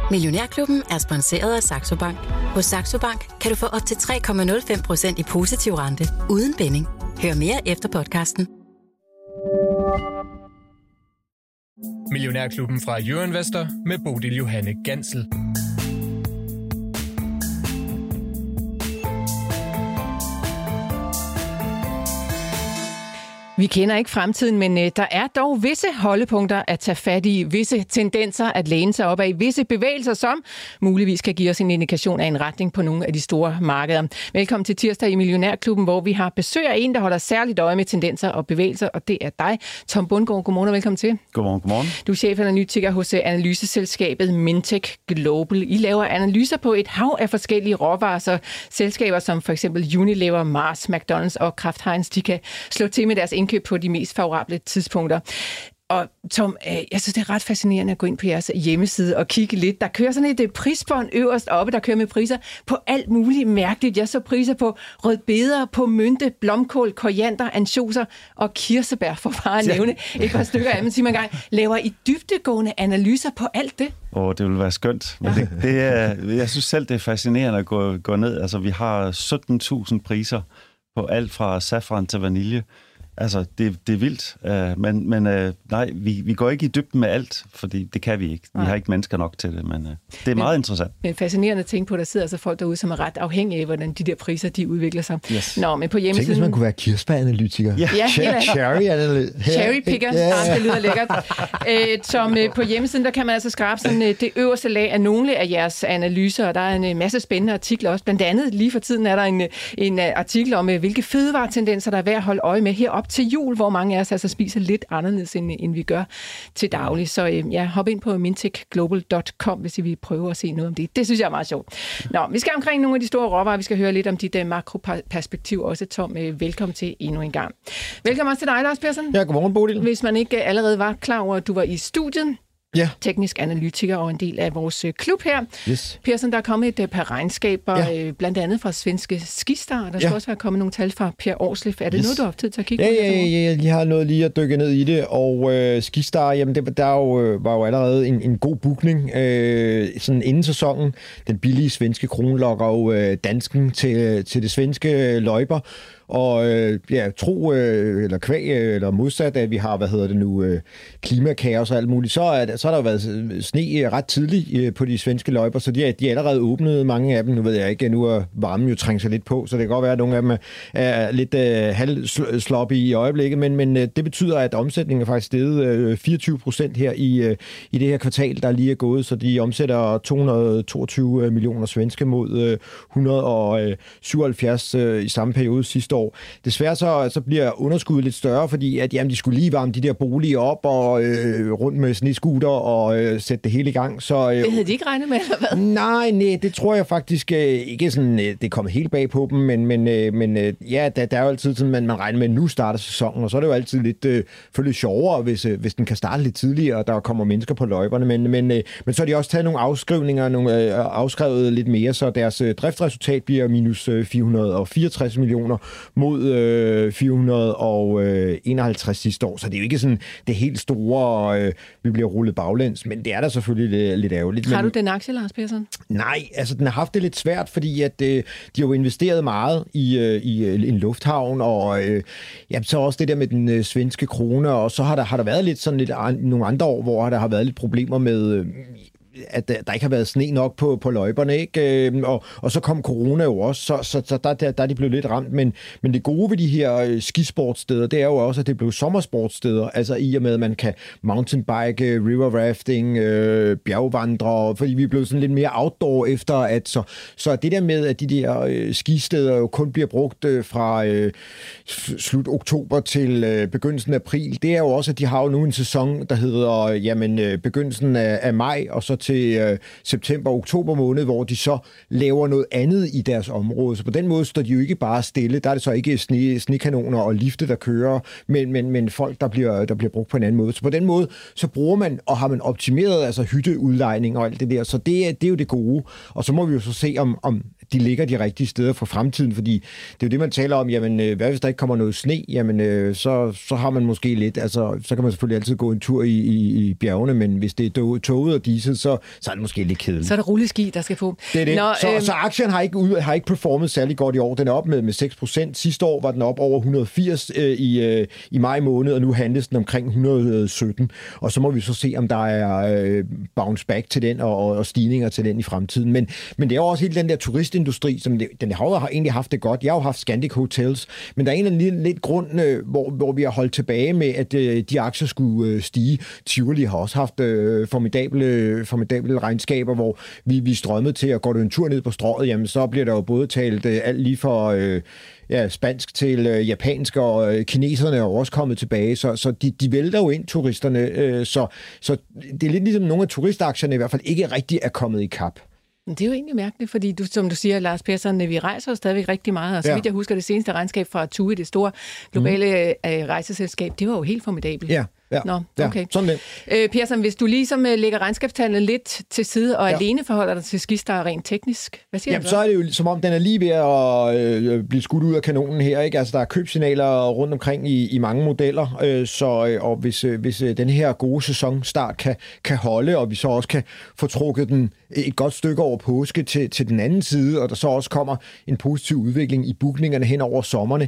Millionærklubben er sponsoreret af Saxo Bank. Hos Saxo Bank kan du få op til 3,05% i positiv rente uden binding. Hør mere efter podcasten. Millionærklubben fra Euroinvestor med Bodil Johanne Gansel. Vi kender ikke fremtiden, men der er dog visse holdepunkter at tage fat i, visse tendenser at læne sig op af, visse bevægelser, som muligvis kan give os en indikation af en retning på nogle af de store markeder. Velkommen til tirsdag i Millionærklubben, hvor vi har besøg af en, der holder særligt øje med tendenser og bevægelser, og det er dig, Tom Bundgaard. Godmorgen og velkommen til. Godmorgen. Du er chefanalytiker hos analyseselskabet Mintech Global. I laver analyser på et hav af forskellige råvarer, så selskaber som for eksempel Unilever, Mars, McDonald's og Kraft Heinz, de kan slå til med deres indkøb på de mest favorable tidspunkter. Og Tom, jeg synes, det er ret fascinerende at gå ind på jeres hjemmeside og kigge lidt. Der kører sådan et prisbånd øverst oppe, der kører med priser på alt muligt mærkeligt. Jeg så priser på rødbeder, på mynte, blomkål, koriander, ansjoser og kirsebær, for bare at nævne et par stykker af dem. Sig mig engang, laver I dybdegående analyser på alt det? Det vil være skønt. Men jeg synes selv, det er fascinerende at gå ned. Altså, vi har 17.000 priser på alt fra safran til vanilje. Altså, det er vildt, men nej, vi går ikke i dybden med alt, fordi det kan vi ikke. Vi har ikke mennesker nok til det, men det er meget interessant. Men fascinerende at tænke på, at der sidder altså folk derude, som er ret afhængige af, hvordan de der priser, de udvikler sig. Yes. Nå, men på hjemmesiden... Tænk, hvis man kunne være kirsebæranalytiker. Cherry picker. Ja. Det lyder lækkert. Som på hjemmesiden, der kan man altså skrabe sådan det øverste lag af nogle af jeres analyser, og der er en masse spændende artikler også. Blandt andet lige for tiden er der en artikel om, hvilke fødevaretendenser, der er værd at holde øje med herop til jul, hvor mange af os altså spiser lidt anderledes, end vi gør til daglig. Så hop ind på mintechglobal.com, hvis I vil prøve at se noget om det. Det synes jeg er meget sjovt. Nå, vi skal omkring nogle af de store råvarer. Vi skal høre lidt om dit makroperspektiv også, Tom. Velkommen til endnu en gang. Velkommen også til dig, Lars Persson. Ja, godmorgen, Bodil. Hvis man ikke allerede var klar over, at du var i studiet, teknisk analytiker og en del af vores klub her. Yes. Persson, der er kommet et par regnskaber, blandt andet fra svenske Skistar. Der skal også være kommet nogle tal fra Per Aarsleff. Er det noget, du har haft tid til at kigge på? Ja, jeg har noget lige at dykke ned i det. Og Skistar, jamen var jo allerede en god bookning sådan inden sæsonen. Den billige svenske krone lokker jo dansken til det svenske løjper. Og eller kvæg, eller modsat, at vi har, klimakaos og alt muligt, så har der jo været sne ret tidligt på de svenske løjper, så de er allerede åbnet, mange af dem. Nu ved jeg ikke, nu er varmen jo trængt sig lidt på, så det kan godt være, at nogle af dem er lidt halvsloppy i øjeblikket, men det betyder, at omsætningen er faktisk steget 24% her i det her kvartal, der lige er gået, så de omsætter 222 millioner svenske mod 177 i samme periode sidste år. Desværre så bliver underskuddet lidt større, fordi at de skulle lige varme de der boliger op og rundt med snescooter og sætte det hele i gang. Så, det havde de ikke regnet med, eller hvad? Nej, det tror jeg faktisk ikke sådan, det er kommet helt bag på dem, men der er jo altid sådan, man regner med, at nu starter sæsonen, og så er det jo altid lidt sjovere, hvis den kan starte lidt tidligere, og der kommer mennesker på løjperne, men så har de også taget nogle afskrivninger, afskrevet lidt mere, så deres driftsresultat bliver minus 464 millioner mod 451 sidste år. Så det er jo ikke sådan det helt store, vi bliver rullet baglæns, men det er da selvfølgelig lidt ærgerligt. Har du den aktie, Lars Persson? Nej, altså den har haft det lidt svært, fordi at de har jo investeret meget i en lufthavn, og så også det der med den svenske krone, og så har der været lidt sådan nogle andre år, hvor der har været lidt problemer med at der ikke har været sne nok på løjperne, ikke? Og så kom corona jo også, så der er de blevet lidt ramt, men det gode ved de her skisportsteder, det er jo også, at det blev sommersportsteder, altså i og med, at man kan mountainbike, river rafting, bjergvandre, fordi vi er blevet sådan lidt mere outdoor efter, at så det der med, at de der skisteder jo kun bliver brugt fra slut oktober til begyndelsen af april, det er jo også, at de har jo nu en sæson, der hedder, begyndelsen af maj, og så til september-oktober måned, hvor de så laver noget andet i deres område. Så på den måde står de jo ikke bare stille. Der er det så ikke snekanoner og lifte, der kører, men folk, der bliver brugt på en anden måde. Så på den måde, så bruger man, og har man optimeret altså hytteudlejning og alt det der. Så det er jo det gode. Og så må vi jo så se, om de ligger de rigtige steder for fremtiden, fordi det er jo det, man taler om, jamen, hvad hvis der ikke kommer noget sne, jamen, så har man måske lidt, altså, så kan man selvfølgelig altid gå en tur i bjergene, men hvis det er toget og diset, så er det måske lidt kedeligt. Så er det rulleski, der skal få. Det er det. Så aktien har ikke performet særlig godt i år. Den er op med 6%. Sidste år var den op over 180 i maj måned, og nu handles den omkring 117. Og så må vi så se, om der er bounce back til den og stigninger til den i fremtiden. Men det er jo også hele den der turistindustri, som den har egentlig haft det godt. Jeg har jo haft Scandic Hotels, men der er en lidt grund, hvor vi har holdt tilbage med, at de aktier skulle stige. Tivoli har også haft formidable regnskaber, hvor vi strømmede til at gå en tur ned på Strøget, jamen så bliver der jo både talt alt lige for spansk til japansk, og kineserne er også kommet tilbage, så de vælter jo ind, turisterne, så det er lidt ligesom nogle af turistaktierne i hvert fald ikke rigtig er kommet i kap. Det er jo egentlig mærkeligt, fordi som du siger, Lars Persson, vi rejser jo stadigvæk rigtig meget, og så vidt jeg husker, det seneste regnskab fra TUI, det store globale rejseselskab, det var jo helt formidabelt. Ja. Nå, okay. Sådan det. Persson, hvis du ligesom lægger regnskabstallene lidt til side og alene forholder dig til SkiStar rent teknisk, hvad siger du? Så er det jo som om, den er lige ved at blive skudt ud af kanonen her, ikke? Altså, der er købsignaler rundt omkring i mange modeller, og hvis den her gode sæsonstart kan holde, og vi så også kan få trukket den et godt stykke over påske til den anden side, og der så også kommer en positiv udvikling i bookningerne hen over sommeren,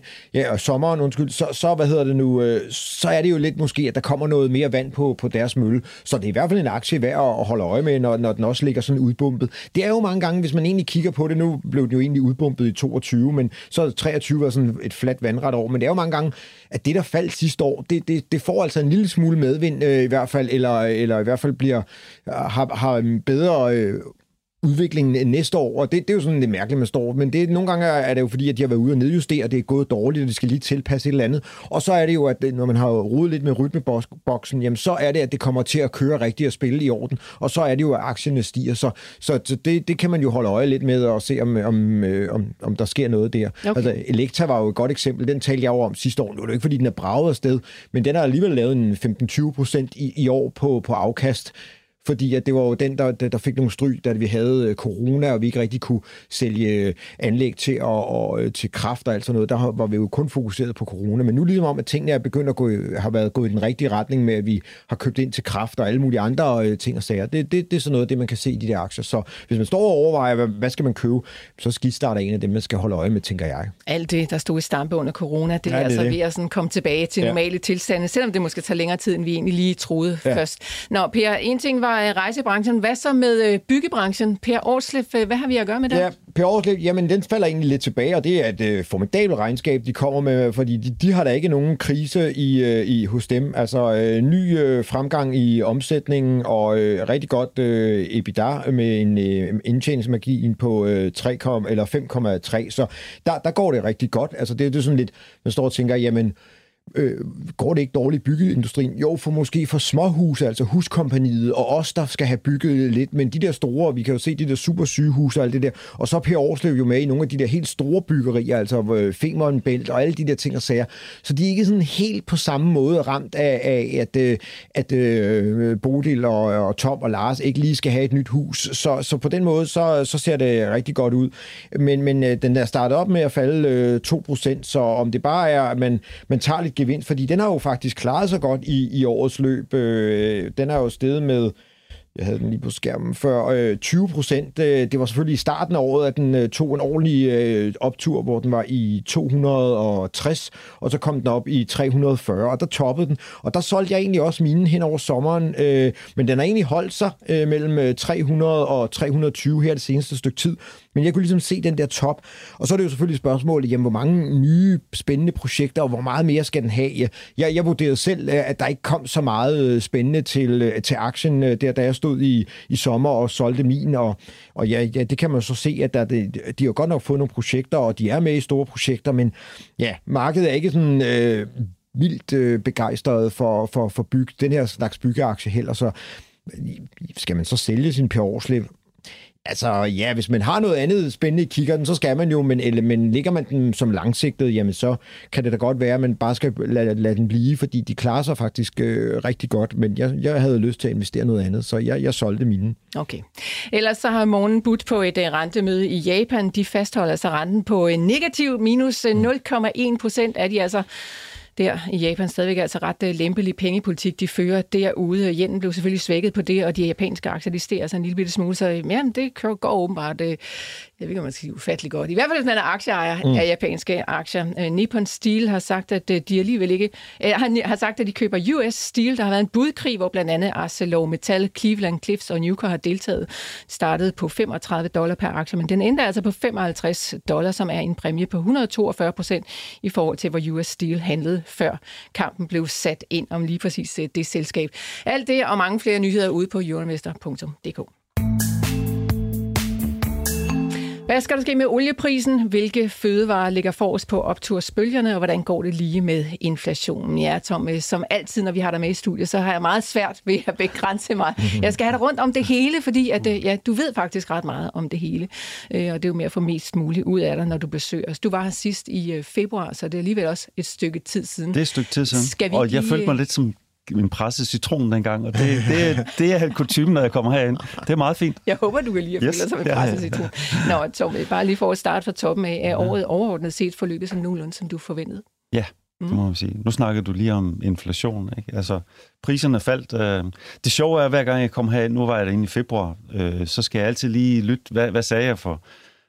så er det jo lidt måske, at der kommer noget mere vand på deres mølle. Så det er i hvert fald en aktie værd at holde øje med, når den også ligger sådan udbumpet. Det er jo mange gange, hvis man egentlig kigger på det, nu blev den jo egentlig udbumpet i 22, men så 23 var sådan et fladt vandret år, men det er jo mange gange, at det, der faldt sidste år, det får altså en lille smule medvind i hvert fald, eller i hvert fald har en bedre udviklingen næste år, og det er jo sådan lidt mærkeligt, man står, men nogle gange er det jo fordi, at de har været ude og nedjustere, det er gået dårligt, og de skal lige tilpasse et eller andet, og så er det jo, at når man har rodet lidt med rytmeboksen, jamen så er det, at det kommer til at køre rigtigt og spille i orden, og så er det jo, at aktierne stiger, så det kan man jo holde øje lidt med og se, om der sker noget der. Okay. Altså, Elekta var jo et godt eksempel, den talte jeg jo om sidste år, nu er det ikke, fordi den er braget afsted, men den har alligevel lavet en 15-20% i år på afkast, fordi at det var jo den, der fik nogle stryg, da vi havde corona, og vi ikke rigtig kunne sælge anlæg til kraft og alt sådan noget. Der var vi jo kun fokuseret på corona. Men nu ligesom om, at tingene er begyndt at har været gået i den rigtige retning med, at vi har købt ind til kraft og alle mulige andre ting og sager. Det er sådan noget, det man kan se i de der aktier. Så hvis man står og overvejer, hvad skal man købe, så SkiStar er en af dem, man skal holde øje med, tænker jeg. Alt det, der stod i stampe under corona, det er altså ved at sådan komme tilbage til normale tilstande, selvom det måske tager længere tid, end vi egentlig lige troede først. Nå, Per, en ting var rejsebranchen. Hvad så med byggebranchen? Per Aarsleff, hvad har vi at gøre med det? Ja, Per Aarsleff, jamen den falder egentlig lidt tilbage, og det er et formidabelt regnskab, de kommer med, fordi de har da ikke nogen krise hos dem. Altså ny fremgang i omsætningen og rigtig godt EBITDA med en indtjeningsmargin på 3, eller 5,3, så der går det rigtig godt. Altså det er sådan lidt, man står og tænker, jamen går det ikke dårligt i byggeindustrien? Jo, måske for småhuse, altså huskompaniet, og os, der skal have bygget lidt, men de der store, vi kan jo se de der super sygehuse og alt det der, og så Per Aarsleff jo med i nogle af de der helt store byggerier, altså Femern Bælt og alle de der ting og sager, så de er ikke sådan helt på samme måde ramt af at Bodil og Tom og Lars ikke lige skal have et nyt hus, så på den måde, så ser det rigtig godt ud. Men den der startet op med at falde 2%, så om det bare er, at man tager lidt gevinst, fordi den har jo faktisk klaret sig godt i årets løb. Den er jo steget med, jeg havde den lige på skærmen før, 20%. Det var selvfølgelig i starten af året, at den tog en ordentlig optur, hvor den var i 260, og så kom den op i 340, og der toppede den. Og der solgte jeg egentlig også mine hen over sommeren, men den har egentlig holdt sig mellem 300 og 320 her det seneste stykke tid. Men jeg kunne ligesom se den der top. Og så er det jo selvfølgelig spørgsmålet, jamen, hvor mange nye spændende projekter, og hvor meget mere skal den have? Jeg vurderede selv, at der ikke kom så meget spændende til aktien, da jeg stod i sommer og solgte min. Og ja, det kan man så se, at de har godt nok fået nogle projekter, og de er med i store projekter, men ja, markedet er ikke sådan vildt begejstret for den her slags byggeaktie heller. Så skal man så sælge sin Per Aarsleff? Altså, ja, hvis man har noget andet spændende i kikkerten, så skal man jo, men ligger man den som langsigtet, jamen så kan det da godt være, at man bare skal lade den blive, fordi de klarer sig faktisk rigtig godt, men jeg havde lyst til at investere noget andet, så jeg solgte mine. Okay. Ellers så har morgen budt på et rentemøde i Japan. De fastholder altså renten på negativ minus 0,1%, er de altså der i Japan stadigvæk altså ret lempelig pengepolitik, de fører derude. Yenen blev selvfølgelig svækket på det, og de japanske aktier, de stiger altså en lille bitte smule, så jamen, det går åbenbart, jeg ved ikke, om man skal sige ufatteligt godt. I hvert fald, hvis man er aktieejer af japanske aktier. Nippon Steel har sagt, at de alligevel ikke, har sagt, at de køber US Steel. Der har været en budkrig, hvor blandt andet ArcelorMittal, Cleveland Cliffs og Nucor har deltaget. Det startede på $35 per aktie, men den endte altså på $55, som er en præmie på 142% i forhold til, hvor US Steel handlede før kampen blev sat ind om lige præcis det selskab. Alt det og mange flere nyheder ude på euroinvestor.dk. Hvad skal der ske med olieprisen? Hvilke fødevarer ligger forrest på optursbølgerne, og hvordan går det lige med inflationen? Ja, Tom, som altid, når vi har dig med i studiet, så har jeg meget svært ved at begrænse mig. Jeg skal have dig rundt om det hele, fordi at, ja, du ved faktisk ret meget om det hele, og det er jo med at få mest muligt ud af dig, når du besøger os. Du var her sidst i februar, så det er alligevel også et stykke tid siden. Det er et stykke tid siden, og jeg følte mig lidt som min presse citron dengang, og det er kutymen, når jeg kommer herind. Det er meget fint. Jeg håber, du kan lide at føle dig som en presse citron. Nå, Tom, bare lige for at starte fra toppen af, er året overordnet set forlykket som nogenlunde, som du forventede? Ja, det må man sige. Nu snakker du lige om inflation, ikke? Altså, priserne faldt. Det sjove er, at hver gang jeg kommer herind, nu var jeg derinde i februar, så skal jeg altid lige lytte, hvad sagde jeg for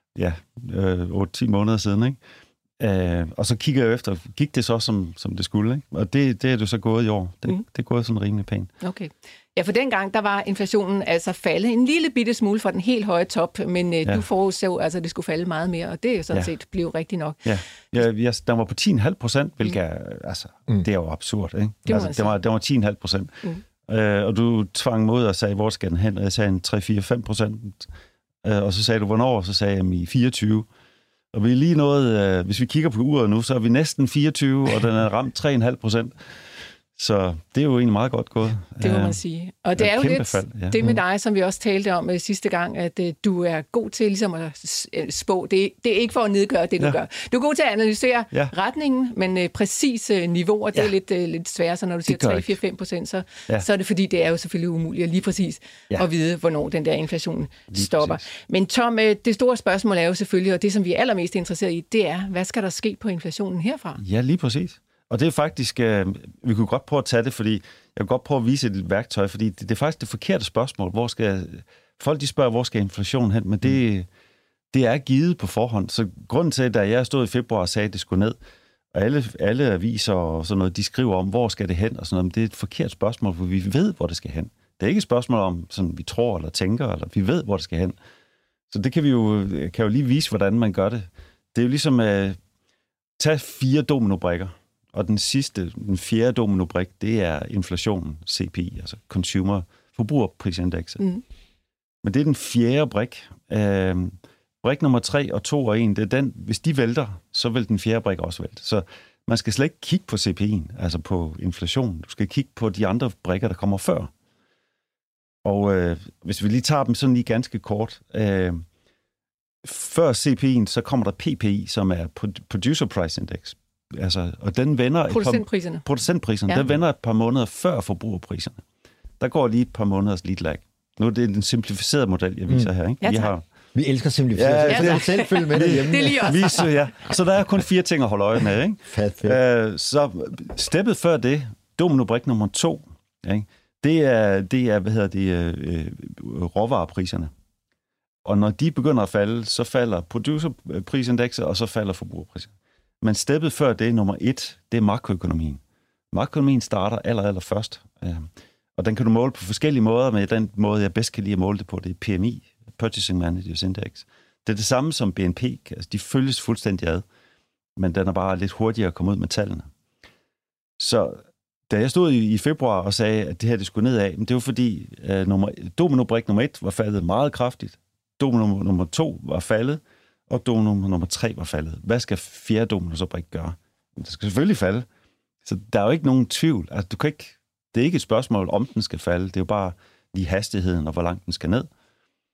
8-10 måneder siden, ikke? Og så kigger jeg efter, gik det så som det skulle, ikke? Og det er det så gået i år. Det er gået sådan rimelig pænt. Okay. Ja, for dengang, der var inflationen altså faldet en lille bitte smule fra den helt høje top, men du forudså, altså det skulle falde meget mere, og det er sådan set blev rigtigt nok. Ja, der var på 10,5%, hvilket altså, det er jo absurd, ikke? Det var 10,5%. Og du tvang mod og sagde, hvor skal den hen? Og jeg sagde en 3-4-5%. Og så sagde du, hvornår? Så sagde jeg i 24. Og vi er lige nået, hvis vi kigger på uret nu, så er vi næsten 24, og den er ramt 3,5%. Så det er jo egentlig meget godt gået. Det må man sige. Og det er jo lidt det med dig, som vi også talte om sidste gang, at du er god til ligesom at spå. Det er ikke for at nedgøre det, du gør. Du er god til at analysere retningen, men præcise niveauer, det er lidt svært. Så når du siger 3-4-5%, så er det fordi, det er jo selvfølgelig umuligt lige præcis at vide, hvornår den der inflation stopper. Men Tom, det store spørgsmål er jo selvfølgelig, og det som vi er allermest interesseret i, det er, hvad skal der ske på inflationen herfra? Ja, lige præcis. Og det er faktisk, vi kunne godt prøve at tage det, fordi jeg vil godt prøve at vise et værktøj, fordi det er faktisk det forkerte spørgsmål. Folk de spørger, hvor skal inflationen hen, men det er givet på forhånd. Så grunden til, da jeg stod i februar og sagde, at det skulle ned, og alle aviser og sådan noget, de skriver om, hvor skal det hen og sådan noget, men det er et forkert spørgsmål, for vi ved, hvor det skal hen. Det er ikke et spørgsmål om, sådan vi tror eller tænker, eller vi ved, hvor det skal hen. Så det kan jo lige vise, hvordan man gør det. Det er jo ligesom at tage 4 dominobrikker. Og den fjerde dominobrik, det er inflationen, CPI, altså Consumer Forbrugerprisindekset. Men det er den fjerde brik. Brik nummer 3 og 2 og 1, det er den, hvis de vælter, så vil den fjerde brik også vælte. Så man skal slet ikke kigge på CPI'en, altså på inflationen. Du skal kigge på de andre brikker, der kommer før. Og hvis vi lige tager dem sådan lige ganske kort. Før CPI'en, så kommer der PPI, som er Producer Price Index. Altså, og den vender producentpriserne. Den vender et par måneder før forbrugerpriserne. Der går lige et par måneders lead lag. Nu er det den simplificerede model, jeg viser her. Ikke? Vi elsker simplificeret. Det er selv følge med derhjemme. Det er lige også. Så der er kun 4 ting at holde øje med. Ikke? Så steppet før det, dominobrik nummer 2, ikke? Det er råvarepriserne. Og når de begynder at falde, så falder producerprisindekset, og så falder forbrugerpriserne. Men steppet før det, nummer 1, det er makroøkonomien. Makroøkonomien starter aller først. Og den kan du måle på forskellige måder, men den måde, jeg bedst kan lide at måle det på, det er PMI, Purchasing Managers Index. Det er det samme som BNP. Altså, de følges fuldstændig ad, men den er bare lidt hurtigere at komme ud med tallene. Så da jeg stod i februar og sagde, at det her det skulle nedad, men det var fordi dominobrik nummer 1 var faldet meget kraftigt, domino nummer 2 var faldet, og domino nummer 3 var faldet. Hvad skal fjerde domino så ikke gøre? Det skal selvfølgelig falde. Så der er jo ikke nogen tvivl. Altså, det er ikke et spørgsmål, om den skal falde. Det er jo bare lige hastigheden og hvor langt den skal ned.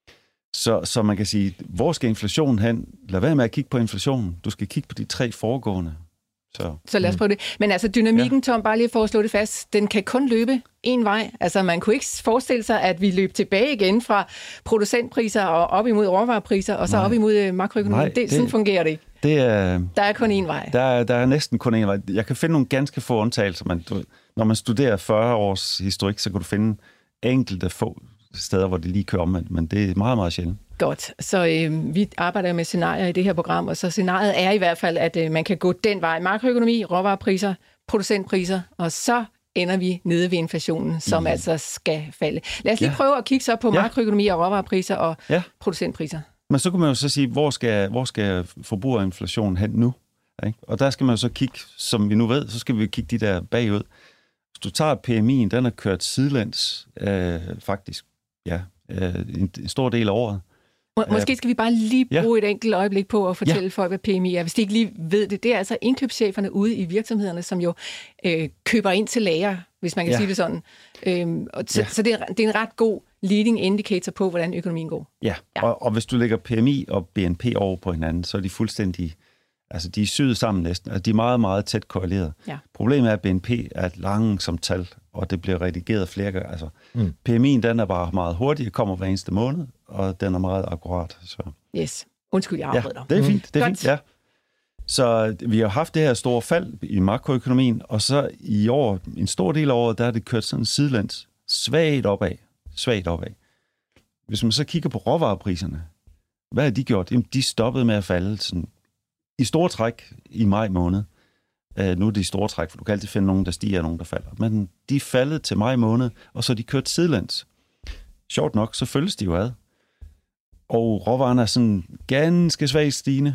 Så man kan sige, hvor skal inflationen hen? Lad være med at kigge på inflationen. Du skal kigge på de 3 foregående. Så lad os prøve det. Men altså dynamikken, Tom, bare lige for at slå det fast, den kan kun løbe en vej. Altså man kunne ikke forestille sig, at vi løb tilbage igen fra producentpriser og op imod råvarepriser, og så op imod makroøkonomi. Sådan fungerer det ikke. Der er kun én vej. Der er næsten kun én vej. Jeg kan finde nogle ganske få undtagelser. Når man studerer 40 års historik, så kan du finde enkelte få steder, hvor det lige kører omvendt, men det er meget, meget sjældent. Godt. Så vi arbejder med scenarier i det her program, og så scenariet er i hvert fald, at man kan gå den vej. Makroøkonomi, råvarepriser, producentpriser, og så ender vi nede ved inflationen, som altså skal falde. Lad os lige prøve at kigge så på makroøkonomi og råvarepriser og producentpriser. Men så kunne man jo så sige, hvor skal forbrugerinflationen hen nu? Ikke? Og der skal man jo så kigge, som vi nu ved, så skal vi kigge de der bagud. Hvis du tager PMI'en, den er kørt sidelæns, faktisk, en stor del af året. Måske skal vi bare lige bruge et enkelt øjeblik på at fortælle folk, hvad PMI er. Hvis de ikke lige ved det, det er altså indkøbscheferne ude i virksomhederne, som jo køber ind til lager, hvis man kan sige det sådan. Så det er en ret god leading indicator på, hvordan økonomien går. Ja. Og hvis du lægger PMI og BNP over på hinanden, så er de fuldstændig, altså de er syet sammen næsten, altså de er meget, meget tæt korreleret. Ja. Problemet er, at BNP er et langsomt tal, og det bliver redigeret flere gange. Altså, PMI'en, den er bare meget hurtig, kommer hver eneste måned, og den er meget akkurat. Så. Yes. Undskyld, jeg afbryder. Ja, det er fint. Det er fint, ja. Så vi har haft det her store fald i makroøkonomien, og så i år, en stor del af året, der er det kørt sådan sidelæns, svagt opad. Hvis man så kigger på råvarepriserne, hvad har de gjort? Jamen, de stoppede med at falde sådan, i store træk i maj måned. Nu er det i store træk, for du kan altid finde nogen, der stiger og nogen, der falder. Men de faldet til maj måned, og så er de kørt sidelæns. Sjovt nok, så følges de jo ad. Og råvarerne er sådan ganske svagt stigende.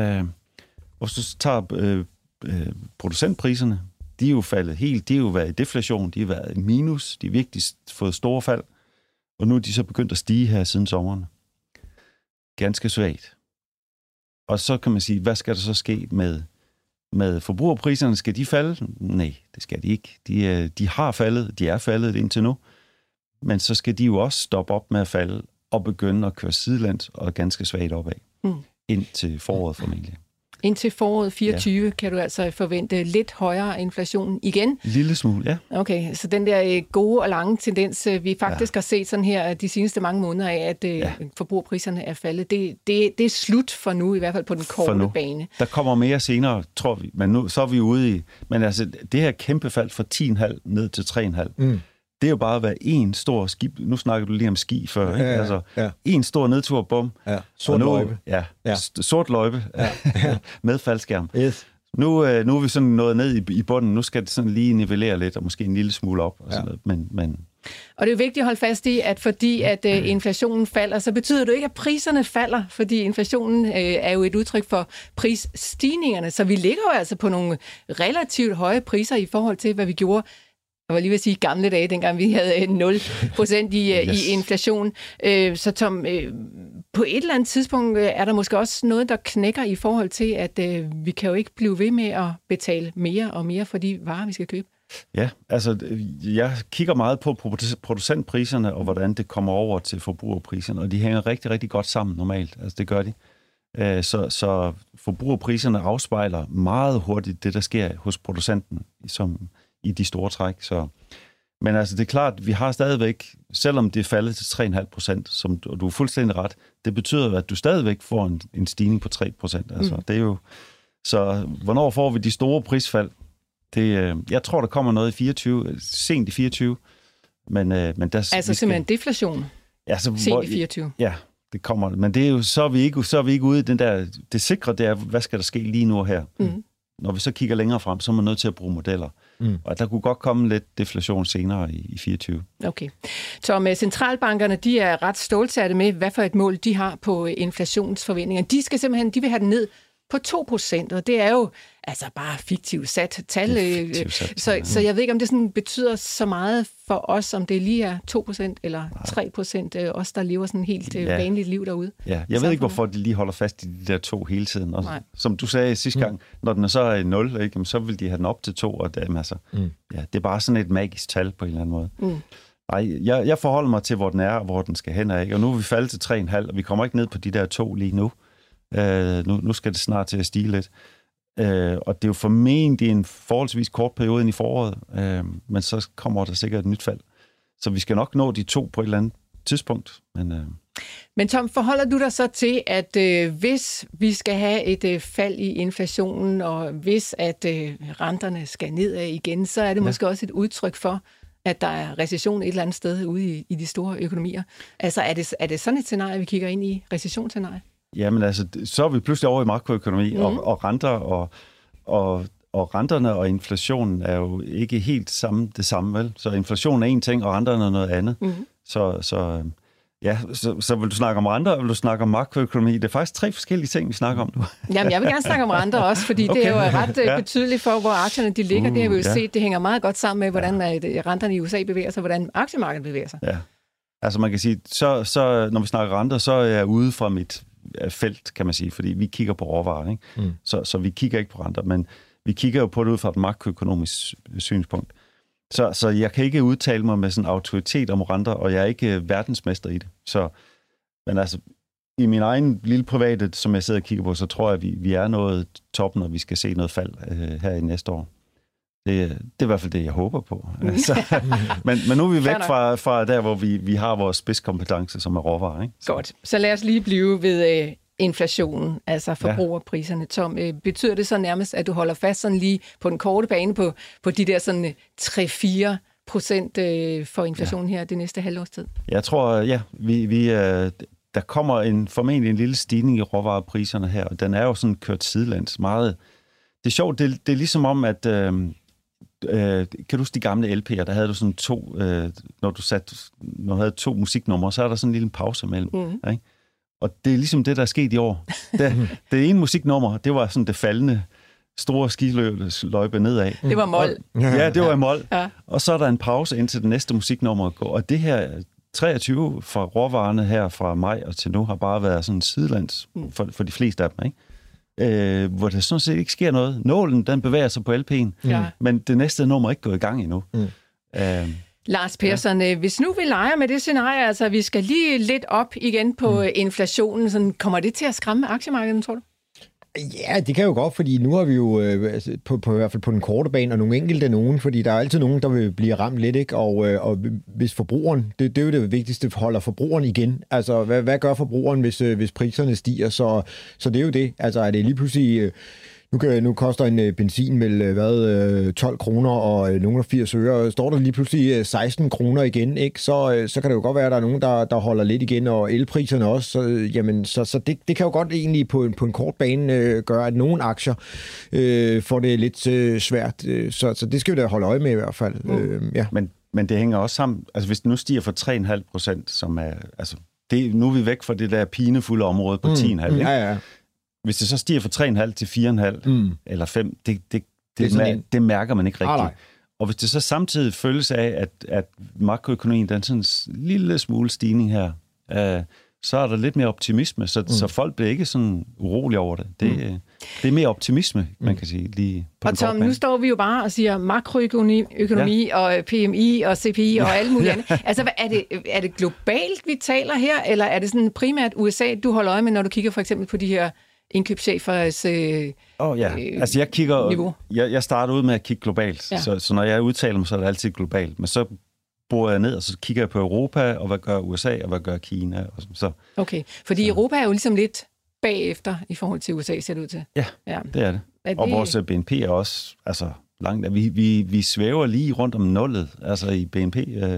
Og så tager producentpriserne, de er jo faldet helt, de har jo været i deflation, de har været i minus, de har virkelig fået store fald, og nu er de så begyndt at stige her siden sommeren. Ganske svagt. Og så kan man sige, hvad skal der så ske med forbrugerpriserne? Skal de falde? Nej, det skal de ikke. De har faldet, de er faldet indtil nu, men så skal de jo også stoppe op med at falde og begynde at køre sidelæns og ganske svagt opad. Ind til foråret formentlig. Indtil foråret 24 kan du altså forvente lidt højere inflation igen. Lille smule, ja. Okay, så den der gode og lange tendens, vi faktisk har set sådan her de seneste mange måneder af, at forbrugerpriserne er faldet, det er slut for nu, i hvert fald på den korte bane. Der kommer mere senere, tror vi, men nu så er vi ude i, men altså det her kæmpe fald fra 10,5 ned til 3,5, det er jo bare at være en stor ski. Nu snakker du lige om ski før, ikke? Altså, en stor nedtur, bum. Ja. Sort løjpe. Sort løjpe med faldskærm. Yes. Nu er vi sådan nået ned i bunden. Nu skal det sådan lige nivellere lidt, og måske en lille smule op. Og sådan noget. Men og det er jo vigtigt at holde fast i, at fordi at inflationen falder, så betyder det ikke, at priserne falder, fordi inflationen er jo et udtryk for prisstigningerne. Så vi ligger jo altså på nogle relativt høje priser i forhold til, hvad vi gjorde. Jeg var lige ved at sige gamle dage, dengang vi havde 0% i inflation. Så Tom, på et eller andet tidspunkt er der måske også noget, der knækker i forhold til, at vi kan jo ikke blive ved med at betale mere og mere for de varer, vi skal købe. Ja, altså jeg kigger meget på producentpriserne og hvordan det kommer over til forbrugerpriserne, og de hænger rigtig, rigtig godt sammen normalt. Altså det gør de. Så forbrugerpriserne afspejler meget hurtigt det, der sker hos producenten, som i de store træk. Så. Men altså, det er klart, vi har stadigvæk, selvom det er faldet til 3,5%, som du er fuldstændig ret, det betyder, at du stadigvæk får en stigning på 3%. Altså, det er jo, så hvornår får vi de store prisfald? Jeg tror, der kommer noget i 24, sent i 24. Men der, altså simpelthen deflation? Ja, så, sent i 24? Ja, det kommer. Men det er jo, så er vi ikke ude i den der, det sikre, det er, hvad skal der ske lige nu her? Når vi så kigger længere frem, så er man nødt til at bruge modeller. Og der kunne godt komme lidt deflation senere i 24. Okay. Så med centralbankerne, de er ret stålsatte med, hvad for et mål de har på inflationsforventninger. De vil have den ned på 2%, og det er jo altså bare fiktivt sat tal. Så jeg ved ikke, om det sådan betyder så meget for os, om det lige er 2% eller 3%, os der lever sådan helt vanligt liv derude. Ja, jeg ved ikke, hvorfor de lige holder fast i de der 2 hele tiden. Og som du sagde sidste gang, når den så er 0, ikke, så vil de have den op til 2, og det er bare sådan et magisk tal på en eller anden måde. Nej, jeg forholder mig til, hvor den er, og hvor den skal hen af. Og nu er vi faldet til 3,5, og vi kommer ikke ned på de der 2 lige nu. Nu skal det snart til at stige lidt. Og det er jo formentlig en forholdsvis kort periode ind i foråret, men så kommer der sikkert et nyt fald. Så vi skal nok nå de 2 på et eller andet tidspunkt. Men Tom, forholder du dig så til, at hvis vi skal have et fald i inflationen, og hvis at renterne skal nedad igen, så er det måske også et udtryk for, at der er recession et eller andet sted ude i de store økonomier. Altså er det sådan et scenarie, vi kigger ind i, recessionsscenarie? Jamen altså, så er vi pludselig over i makroøkonomi, og renter og renterne og inflationen er jo ikke helt det samme, vel? Så inflation er en ting, og renterne er noget andet. Så vil du snakke om renter, og vil du snakke om makroøkonomi? Det er faktisk 3 forskellige ting, vi snakker om nu. Jamen, jeg vil gerne snakke om renter også, fordi det er jo ret betydeligt for, hvor aktierne de ligger. Det har vi jo set, det hænger meget godt sammen med, hvordan renterne i USA bevæger sig, hvordan aktiemarkedet bevæger sig. Ja. Altså man kan sige, så når vi snakker renter, så er jeg ude fra mit felt, kan man sige, fordi vi kigger på råvarer, ikke? Så vi kigger ikke på renter, men vi kigger jo på det ud fra et makroøkonomisk synspunkt. Så jeg kan ikke udtale mig med sådan autoritet om renter, og jeg er ikke verdensmester i det. Men altså, i min egen lille private, som jeg sidder og kigger på, så tror jeg, at vi er nået toppen, og vi skal se noget fald her i næste år. Det er i hvert fald det, jeg håber på. Men nu er vi væk fra der, hvor vi har vores spidskompetence, som er råvarer. Ikke? Godt. Så lad os lige blive ved inflationen, altså forbrugerpriserne. Tom, betyder det så nærmest, at du holder fast sådan lige på den korte bane på de der sådan 3-4% for inflationen her det næste halvårs tid? Jeg tror, der kommer formentlig en lille stigning i råvarepriserne her, og den er jo sådan kørt sidelands meget. Det er sjovt, det er ligesom om, at kan du huske de gamle LP'er, der havde du sådan 2, når du havde 2 musiknumre, så er der sådan en lille pause mellem, ikke? Og det er ligesom det, der er sket i år. Det ene musiknummer, det var sådan det faldende store skiløjpe nedad. Det var mol. Ja, det var i mol. Ja. Og så er der en pause indtil det næste musiknummer går. Og det her 23 fra råvarerne her fra maj og til nu har bare været sådan sidelands for de fleste af dem, ikke? Hvor der sådan set ikke sker noget. Nålen, den bevæger sig på LP'en, men det næste nummer er ikke gået i gang endnu. Lars Persson, hvis nu vi leger med det scenarie, altså vi skal lige lidt op igen på inflationen, sådan, kommer det til at skræmme aktiemarkedet, tror du? Ja, det kan jo godt, fordi nu har vi jo på i hvert fald på den korte bane, og nogle enkelte nogen, fordi der er altid nogen, der vil blive ramt lidt, ikke? Og hvis forbrugeren, det er jo det vigtigste, holder forbrugeren igen. Altså, hvad gør forbrugeren, hvis priserne stiger? Så det er jo det. Altså, er det lige pludselig... Nu koster en benzin vel 12 kroner og nogle af 80 øre. Står der lige pludselig 16 kroner igen, ikke? Så kan det jo godt være, at der er nogen, der holder lidt igen, og elpriserne også. Så det kan jo godt egentlig på en kort bane gøre, at nogle aktier får det lidt svært. Så det skal vi da holde øje med i hvert fald. Ja. Men det hænger også sammen. Altså hvis det nu stiger for 3,5%, som er... Altså, nu er vi væk fra det der pinefulde område på 10,5%. Ja. Hvis det så stiger fra 3,5 til 4,5 eller 5, det mærker man ikke rigtigt. Og hvis det så samtidig føles af, at makroøkonomien, den er sådan en lille smule stigning her, så er der lidt mere optimisme, så folk bliver ikke sådan urolige over det. Det er mere optimisme, man kan sige. Lige på og Tom, nu står vi jo bare og siger makroøkonomi og PMI og CPI og alt muligt andet. Altså, er det globalt, vi taler her, eller er det sådan primært USA, du holder øje med, når du kigger for eksempel på de her indkøbschefers altså jeg starter ud med at kigge globalt, så når jeg udtaler mig, så er det altid globalt, men så bor jeg ned, og så kigger jeg på Europa, og hvad gør USA, og hvad gør Kina. Og så. Okay, fordi Europa er jo ligesom lidt bagefter i forhold til USA, ser det ud til. Ja, det er det. Og vores BNP er også langt. Vi svæver lige rundt om nullet, altså i BNP.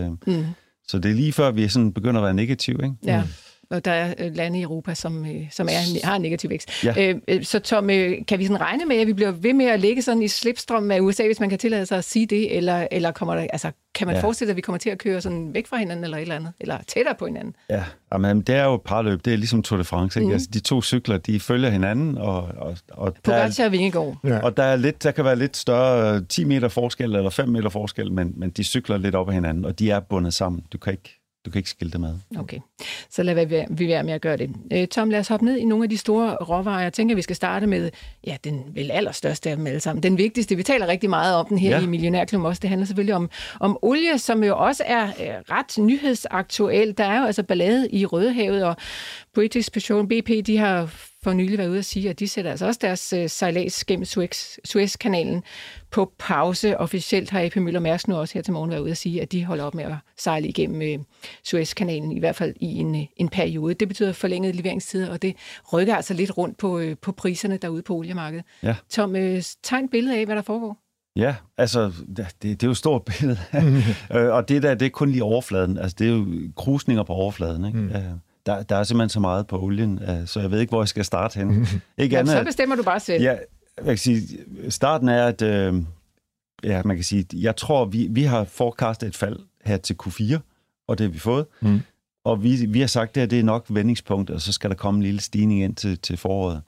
Så det er lige før, vi sådan begynder at være negativ, ikke? Ja. Og der er lande i Europa, som har en negativ vækst. Ja. Så Tom, kan vi sådan regne med, at vi bliver ved med at ligge sådan i slipstrømmen af USA, hvis man kan tillade sig at sige det, eller kommer der, kan man forestille, at vi kommer til at køre sådan væk fra hinanden eller et eller andet, eller tættere på hinanden? Ja, men det er jo et parløb. Det er ligesom Tour de France, ikke? Altså, de 2 cykler, de følger hinanden, og Pogačar og Vingegaard. Ja. Og der kan være lidt større 10 meter forskel eller 5 meter forskel, men de cykler lidt op ad hinanden, og de er bundet sammen. Du kan ikke skille det med. Okay. så lad vi være med at gøre det. Tom, lad os hoppe ned i nogle af de store råvarer. Jeg tænker, vi skal starte med den vel allerstørste af dem alle sammen. Den vigtigste, vi taler rigtig meget om den her i Millionærklubben også. Det handler selvfølgelig om olie, som jo også er ret nyhedsaktuel. Der er jo altså ballade i Rødehavet, og British Petroleum, BP, de har for nylig været ude at sige, at de sætter altså også deres sejlads gennem Suezkanalen på pause. Officielt har AP Møller Mærsk nu også her til morgen været ude at sige, at de holder op med at sejle igennem Suezkanalen, i hvert fald i en periode. Det betyder forlængede leveringstider, og det rykker altså lidt rundt på priserne derude på oliemarkedet. Ja. Tom, tegn et billede af, hvad der foregår. Ja, altså, det er jo et stort billede. Og det er kun lige overfladen. Altså, det er jo krusninger på overfladen, ikke? Der er simpelthen så meget på olien, så jeg ved ikke, hvor jeg skal starte henne. Ikke andet, så bestemmer du bare selv. Ja, jeg kan sige, starten er, at man kan sige, jeg tror, vi har forecastet et fald her til Q4, og det har vi fået. Og vi har sagt, at det er nok vendingspunkt, og så skal der komme en lille stigning ind til foråret.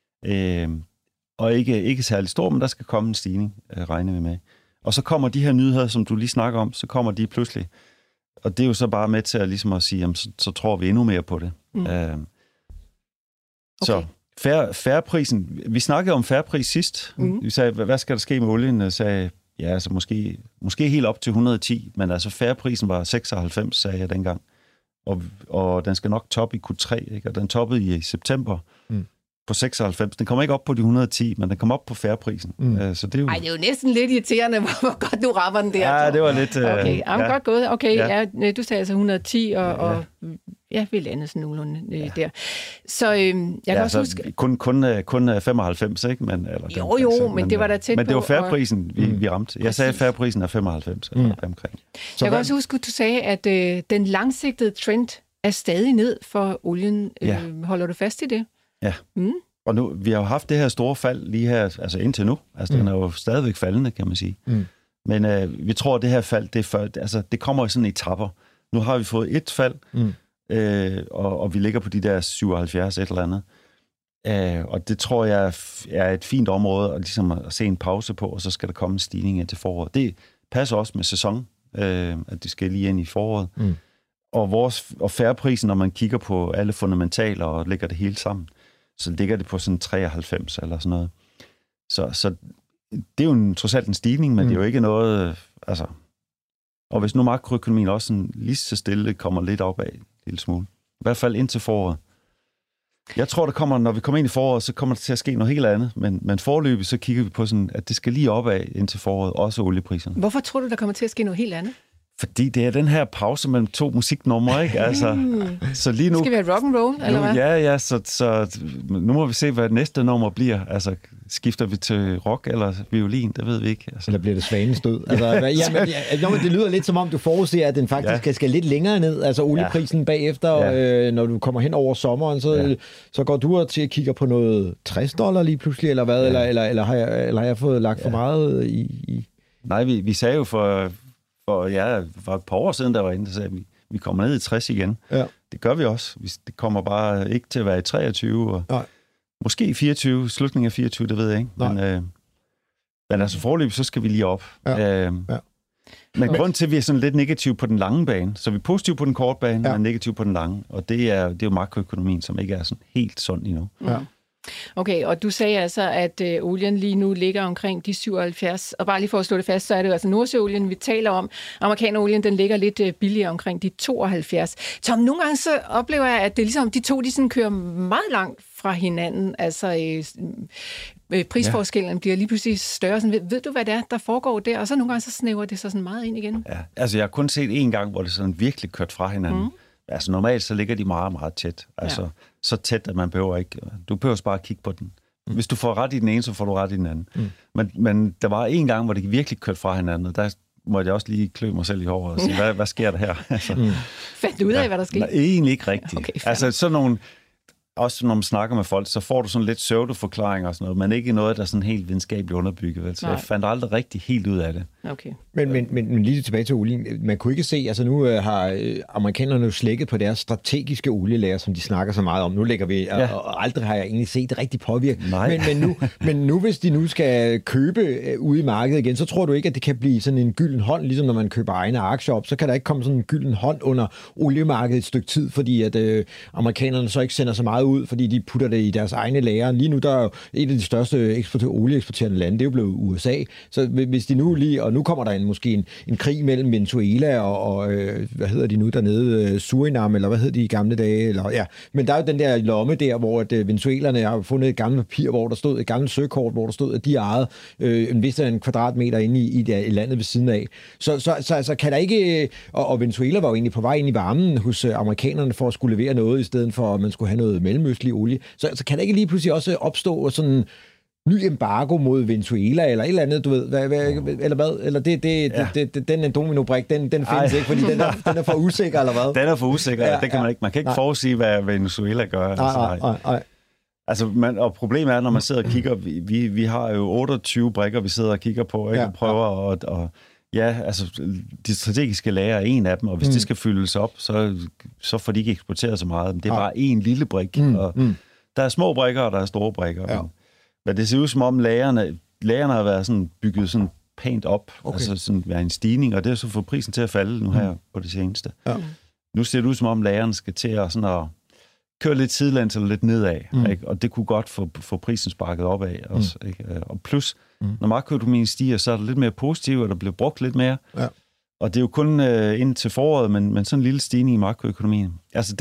Og ikke særlig stor, men der skal komme en stigning, regner vi med. Og så kommer de her nyheder, som du lige snakker om, så kommer de pludselig. Og det er jo så bare med til at, ligesom at sige, jamen, så tror vi endnu mere på det. Okay. Så fairprisen. Vi snakkede om fairpris sidst. Vi sagde, hvad skal der ske med olien? Jeg sagde, ja, altså måske helt op til 110, men altså fairprisen var 96, sagde jeg dengang. Og den skal nok toppe i Q3, ikke? Og den toppede i september. På 96. Den kommer ikke op på de 110, men den kommer op på fairprisen. Så det er jo... Ej, det er jo næsten lidt irriterende, hvor godt du rammer den der. Ja, det var lidt... Okay, godt gået. Okay, du sagde altså 110, og vi landede sådan nogenlunde der. Så jeg kan også huske... Kun 95, ikke? Men, men det var da tæt på. Men det var fairprisen, vi ramte. Jeg sagde, at fairprisen er 95 omkring. Jeg kan også huske, at du sagde, at den langsigtede trend er stadig ned for olien. Holder du fast i det? Ja, og nu, vi har jo haft det her store fald lige her, altså indtil nu. Altså, den er jo stadigvæk faldende, kan man sige. Men vi tror, at det her fald, det kommer i sådan etapper. Nu har vi fået et fald, og vi ligger på de der 77 et eller andet. Og det tror jeg er et fint område ligesom at se en pause på, og så skal der komme en stigning ind til foråret. Det passer også med sæson, at det skal lige ind i foråret. Og fairprisen, når man kigger på alle fundamentaler og lægger det hele sammen, så ligger det på sådan 93 eller sådan noget. Så det er jo trods alt en stigning, men det er jo ikke noget... Altså, og hvis nu makroøkonomien også sådan lige så stille kommer lidt opad en lille smule. I hvert fald indtil foråret. Jeg tror, når vi kommer ind i foråret, så kommer der til at ske noget helt andet. Men foreløbig, så kigger vi på sådan, at det skal lige opad indtil foråret, også oliepriserne. Hvorfor tror du, der kommer til at ske noget helt andet? Fordi det er den her pause mellem to musiknumre, ikke? Altså, så lige nu... Skal vi have rock and roll, eller hvad? Ja, så nu må vi se, hvad næste nummer bliver. Altså, skifter vi til rock eller violin? Det ved vi ikke. Altså. Eller bliver det svanens død? Altså, men det lyder lidt som om, du forudser, at den faktisk skal lidt længere ned. Altså, olieprisen bagefter, når du kommer hen over sommeren, så går du til at kigge på noget $60 lige pludselig, eller hvad? Eller har jeg fået lagt for meget i... Nej, vi sagde jo for et par år siden, der var inde, der sagde, at vi kommer ned i 60 igen. Ja. Det gør vi også. Det kommer bare ikke til at være i 23, og måske i 24, slutningen af 24, det ved jeg ikke. Men altså foreløbig, så skal vi lige op. Men grunden til, at vi er sådan lidt negativ på den lange bane, så vi er positive på den korte bane, men negativ på den lange, og det er jo makroøkonomien, som ikke er sådan helt sund endnu. Ja. Okay, og du sagde altså, at olien lige nu ligger omkring de 77, og bare lige for at slå det fast, så er det jo altså Nordsøolien, vi taler om. Amerikanerolien, den ligger lidt billigere omkring de 72. Tom, nogle gange så oplever jeg, at det ligesom, de to, de sådan kører meget langt fra hinanden. Altså, prisforskellen bliver lige pludselig større. Sådan, ved du, hvad det er, der foregår der? Og så nogle gange, så snæver det så sådan meget ind igen. Ja, altså jeg har kun set én gang, hvor det sådan virkelig kørt fra hinanden. Altså normalt, så ligger de meget, meget tæt. Altså så tæt, at man behøver ikke... Du behøver bare at kigge på den. Hvis du får ret i den ene, så får du ret i den anden. Men der var en gang, hvor det virkelig kørte fra hinanden, og der måtte jeg også lige klø mig selv i håret og sige, hvad sker der her? Altså, fandt du ud af, hvad der skete? Nej, egentlig ikke rigtigt. Okay, altså sådan nogle... også når man snakker med folk, så får du sådan lidt pseudoforklaringer og sådan noget, men ikke noget, der er sådan helt videnskabeligt underbygget. Vel? Så jeg fandt aldrig rigtig helt ud af det. Okay. Men lige tilbage til olien. Man kunne ikke se, altså nu har amerikanerne jo slækket på deres strategiske olielager, som de snakker så meget om. Nu lægger vi, og aldrig har jeg egentlig set det rigtig påvirke. Men nu, hvis de nu skal købe ude i markedet igen, så tror du ikke, at det kan blive sådan en gylden hånd, ligesom når man køber egne aktier op, så kan der ikke komme sådan en gylden hånd under oliemarkedet et stykke tid, fordi at amerikanerne så ikke sender så meget ud, fordi de putter det i deres egne lager. Lige nu, der er jo et af de største olieeksporterende lande, det er jo blevet USA. Så hvis de nu og nu kommer der måske en krig mellem Venezuela og hvad hedder de nu dernede, Surinam, eller hvad hed de i gamle dage? Eller, ja. Men der er jo den der lomme der, hvor Venezuelerne har fundet et gammelt papir, hvor der stod et gammelt søkort, hvor der stod, at de ejede en kvadratmeter inde i landet ved siden af. Så kan der ikke... Og Venezuela var jo egentlig på vej ind i varmen hos amerikanerne for at skulle levere noget, i stedet for at man skulle have noget mellemøstlig olie. Så kan der ikke lige pludselig også opstå sådan ny embargo mod Venezuela, eller et eller andet, du ved, eller hvad? Eller den domino-brik, den findes ikke, fordi den er for usikker, eller hvad? Den er for usikker, det kan man ikke. Man kan ikke forudsige, hvad Venezuela gør. Nej. Altså, og problemet er, når man sidder og kigger, vi har jo 28 brikker, vi sidder og kigger på, ikke? Og prøver at altså, de strategiske lager er en af dem, og hvis det skal fyldes op, så får de ikke eksporteret så meget. Men det er bare en lille brik, og der er små brikker, og der er store brikker. Ja. Men det ser ud som om lagerne har været sådan bygget sådan pænt op, altså sådan været en stigning, og det har så fået prisen til at falde nu her på det seneste. Ja. Nu ser det ud som om lagerne skal til at køre lidt sidelands eller lidt nedad, ikke? Og det kunne godt få prisen sparket opad også. Ikke? Og plus, når makroøkonomien stiger, så er det lidt mere positivt, og der bliver brugt lidt mere. Ja. Og det er jo kun ind til foråret, men sådan en lille stigning i makroøkonomien.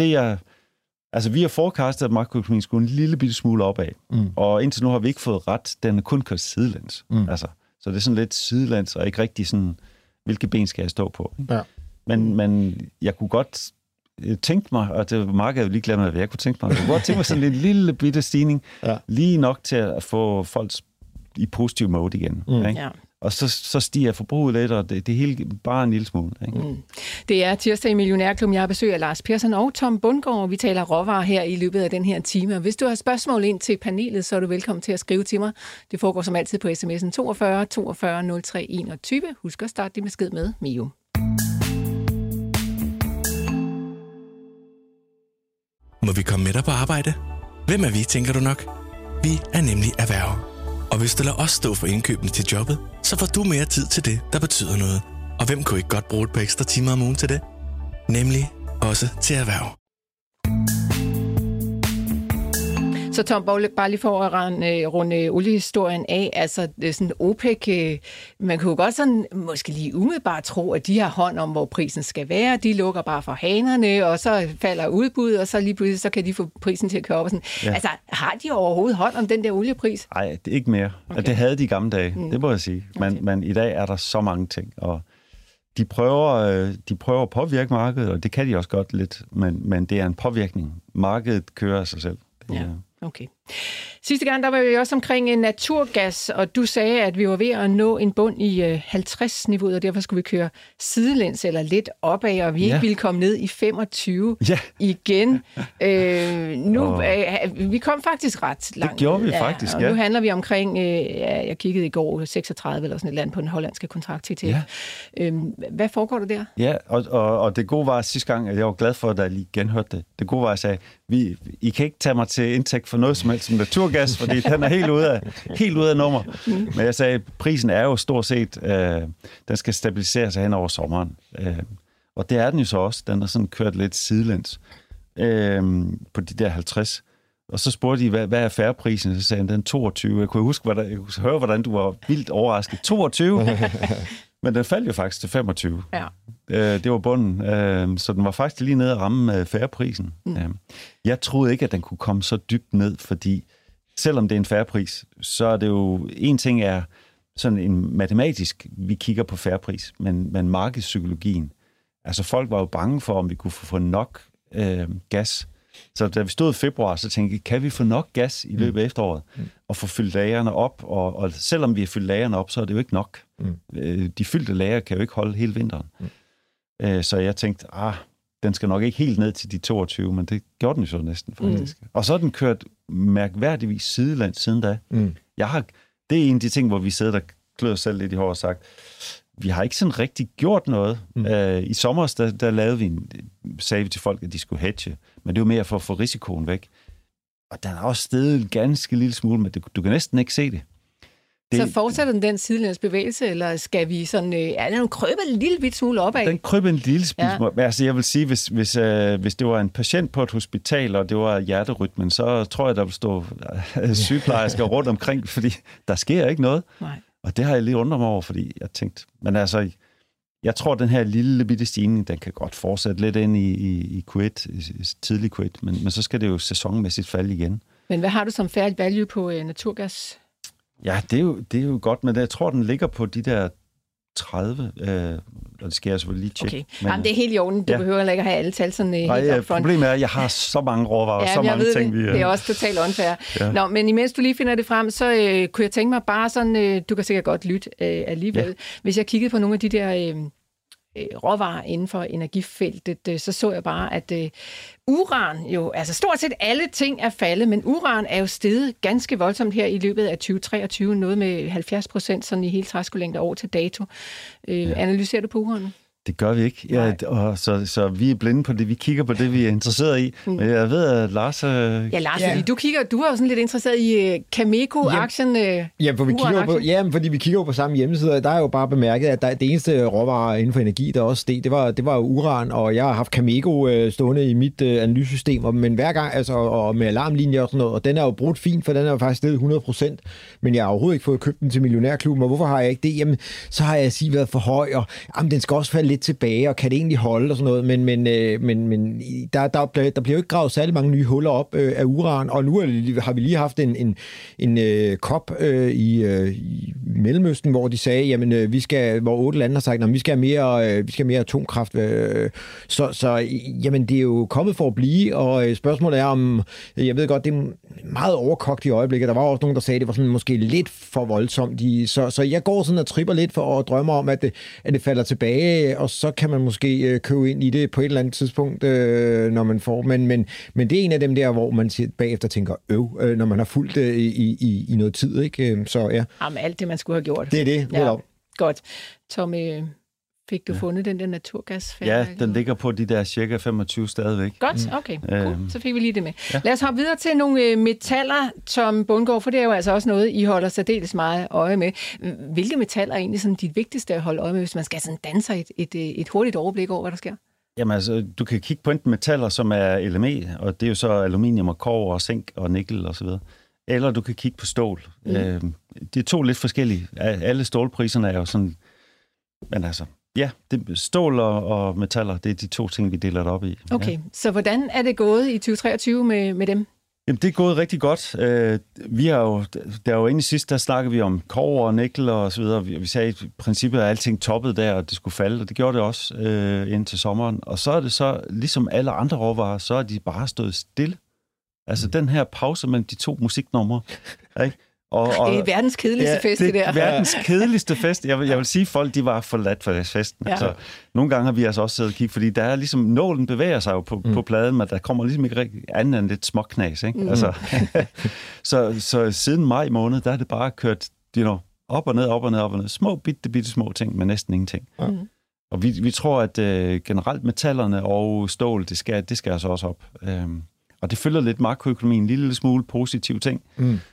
Altså vi har forecastet, at makroøkonomien skulle en lille bitte smule opad. Og indtil nu har vi ikke fået ret. Den er kun kørt sidelands. Altså, så det er sådan lidt sidelands, og ikke rigtig sådan, hvilke ben skal jeg stå på. Ja. Men jeg kunne godt tænke mig, og det markedet er jo ligeglad med, hvad jeg kunne tænke mig. Jeg kunne godt tænke mig sådan en lille bitte stigning, lige nok til at få folk i positiv mode igen. Ikke? Ja. Og så stiger forbruget lidt, og det hele bare en lille smule. Ikke? Det er tirsdag i Millionærklubben. Jeg har besøg af Lars Persson og Tom Bundgaard. Vi taler råvarer her i løbet af den her time. Hvis du har spørgsmål ind til panelet, så er du velkommen til at skrive til mig. Det foregår som altid på sms'en 42 42 03 21. Husk at starte din besked med Mio. Må vi komme med dig på arbejde? Hvem er vi, tænker du nok? Vi er nemlig Erhverv. Og hvis du lader os stå for indkøbene til jobbet, så får du mere tid til det, der betyder noget. Og hvem kunne ikke godt bruge et par ekstra timer om ugen til det? Nemlig også til Erhverv. Så Tom, bare lige for at runde oliehistorien af, altså sådan OPEC, man kunne godt sådan måske lige umiddelbart tro, at de har hånd om, hvor prisen skal være. De lukker bare for hanerne, og så falder udbud, og så lige pludselig så kan de få prisen til at køre op. Og sådan. Ja. Altså, har de overhovedet hånd om den der oliepris? Nej, det er ikke mere. Okay. Det havde de i gamle dage, det må jeg sige. Men i dag er der så mange ting, og de prøver at påvirke markedet, og det kan de også godt lidt, men det er en påvirkning. Markedet kører af sig selv. Ja. Okay. Sidste gang, der var vi også omkring naturgas, og du sagde, at vi var ved at nå en bund i 50-niveauet, og derfor skulle vi køre sidelæns eller lidt opad, og vi ikke ville komme ned i 25 igen. Vi kom faktisk ret langt. Det gjorde vi faktisk, og nu handler vi omkring, jeg kiggede i går, 36 eller sådan et land på den hollandske kontrakt TTF. Ja. Hvad foregår der der? Ja, og det gode var sidste gang, at jeg var glad for, at jeg lige genhørte det. Det gode var, at jeg sagde, I kan ikke tage mig til indtægt for noget som helst som naturgas, fordi den er helt ude af nummer. Men jeg sagde, prisen er jo stort set, den skal stabilisere sig hen over sommeren. Og det er den jo så også. Den er sådan kørt lidt sidelæns på de der 50. Og så spurgte de, hvad er færreprisen? Så sagde den 22. Jeg kunne høre, hvordan du var vildt overrasket. 22? Men den faldt jo faktisk til 25. Ja. Det var bunden. Så den var faktisk lige nede at ramme færreprisen. Jeg troede ikke, at den kunne komme så dybt ned, fordi selvom det er en færrepris, så er det jo... En ting er sådan en matematisk, vi kigger på færrepris, men markedspsykologien. Altså folk var jo bange for, om vi kunne få nok gas. Så da vi stod i februar, så tænkte jeg, kan vi få nok gas i løbet af efteråret og få fyldt lagrene op? Og selvom vi har fyldt lagrene op, så er det jo ikke nok. De fyldte lagre kan jo ikke holde hele vinteren. Så jeg tænkte, den skal nok ikke helt ned til de 22, men det gjorde den jo så næsten faktisk. Og så er den kørt mærkværdigvis sideland siden da. Det er en af de ting, hvor vi sidder der klør os selv lidt i hår og sagt, vi har ikke sådan rigtig gjort noget. I sommer, der lavede vi sagde vi til folk, at de skulle hedge, men det var mere for at få risikoen væk. Og den er også steget en ganske lille smule, men du kan næsten ikke se det. Så fortsætter den sidelæns bevægelse, eller skal vi sådan, den krybe en lille bit smule opad? Den krybe en lille smule. Ja. Altså, jeg vil sige, hvis det var en patient på et hospital, og det var hjerterytmen, så tror jeg, der vil stå sygeplejersker rundt omkring, fordi der sker ikke noget. Nej. Og det har jeg lige undret mig over, fordi jeg tænkte, men altså, jeg tror, den her lille bitte stigning, den kan godt fortsætte lidt ind i Q1, tidlig Q1, men så skal det jo sæsonmæssigt falde igen. Men hvad har du som fair value på naturgas? Ja, det er jo godt, men jeg tror, den ligger på de der 30, og det skal jeg selvfølgelig lige tjekke. Okay. Men, jamen, det er helt i orden. Du behøver ikke at have alle tal sådan helt upfront. Problemet er, at jeg har så mange råvarer, så mange ting. Det er også totalt unfair. Ja. Nå, men imens du lige finder det frem, så kunne jeg tænke mig bare sådan, du kan sikkert godt lytte alligevel. Ja. Hvis jeg kiggede på nogle af de der råvarer inden for energifeltet, så jeg bare, at uran jo, altså stort set alle ting er faldet, men uran er jo steget ganske voldsomt her i løbet af 2023, noget med 70% sådan i hele træskolængder over til dato. Analyserer du på uran? Det gør vi ikke. Ja, og så vi er blinde på det. Vi kigger på det, vi er interesseret i. Men jeg ved, at Lars... Ja, Lars, fordi du var jo sådan lidt interesseret i Cameco-aktien. Fordi vi kigger på samme hjemmeside. Der er jo bare bemærket, at det eneste råvarer inden for energi, der også steg, det var jo uran, og jeg har haft Cameco stående i mit analysesystem, men hver gang, altså, og med alarmlinjer og sådan noget, og den er jo brugt fint, for den er jo faktisk steget 100%, men jeg har overhovedet ikke fået købt den til millionærklubben, og hvorfor har jeg ikke det? Jamen, så har jeg været for høj, og den skal også falde lidt tilbage, og kan det egentlig holde og sådan noget, men der bliver jo ikke gravet særlig mange nye huller op af uran, og nu har vi lige haft en COP i Mellemøsten, hvor de sagde, jamen hvor 8 lande har sagt, at vi skal have mere atomkraft, så jamen det er jo kommet for at blive, og spørgsmålet er om, jeg ved godt, det er meget overkogt i øjeblikket, der var også nogen, der sagde, at det var sådan måske lidt for voldsomt, så jeg går sådan og tripper lidt for at drømme om, at det falder tilbage, og så kan man måske købe ind i det på et eller andet tidspunkt, når man får. Men det er en af dem der, hvor man bagefter tænker, når man har fulgt det i noget tid, ikke? Så ja. Jamen alt det, man skulle have gjort. Det er det. Ja. Godt. Tommy, fik du fundet den der naturgas? Ja, den ligger på de der cirka 25 stadigvæk. Godt, okay. Cool. Så fik vi lige det med. Ja. Lad os hoppe videre til nogle metaller, Tom Bundgaard, for det er jo altså også noget, I holder særdeles meget øje med. Hvilke metaller er egentlig sådan dit vigtigste at holde øje med, hvis man skal sådan danse et hurtigt overblik over, hvad der sker? Jamen altså, du kan kigge på enten metaller, som er LME, og det er jo så aluminium og kobber og zink og nikkel og så videre. Eller du kan kigge på stål. De er to lidt forskellige. Alle stålpriserne er jo sådan, men altså, ja, stål og metaller, det er de to ting, vi deler det op i. Okay, så hvordan er det gået i 2023 med dem? Jamen, det er gået rigtig godt. Vi har jo, der var inde sidst, der snakkede vi om kobber og nikkel og så videre. Vi sagde, at i princippet er alting toppet der, og det skulle falde, og det gjorde det også indtil sommeren. Og så er det så, ligesom alle andre råvarer, så er de bare stået stille. Altså den her pause mellem de to musiknumre, ikke? Og det er verdens kedeligste fest, det der. Det er verdens kedeligste fest. Jeg vil sige, at folk de var forladt for festen. Ja. Så nogle gange har vi altså også siddet og kigget, fordi der er ligesom, nålen bevæger sig jo på pladen, men der kommer ligesom ikke andet end lidt småknas, ikke? Altså, så siden maj måned, der er det bare kørt op og ned, op og ned, op og ned. Små, bitte små ting, men næsten ingenting. Og vi tror, at generelt metallerne og stål, det skal altså også op. Og det følger lidt makroøkonomien, en lille smule positive ting.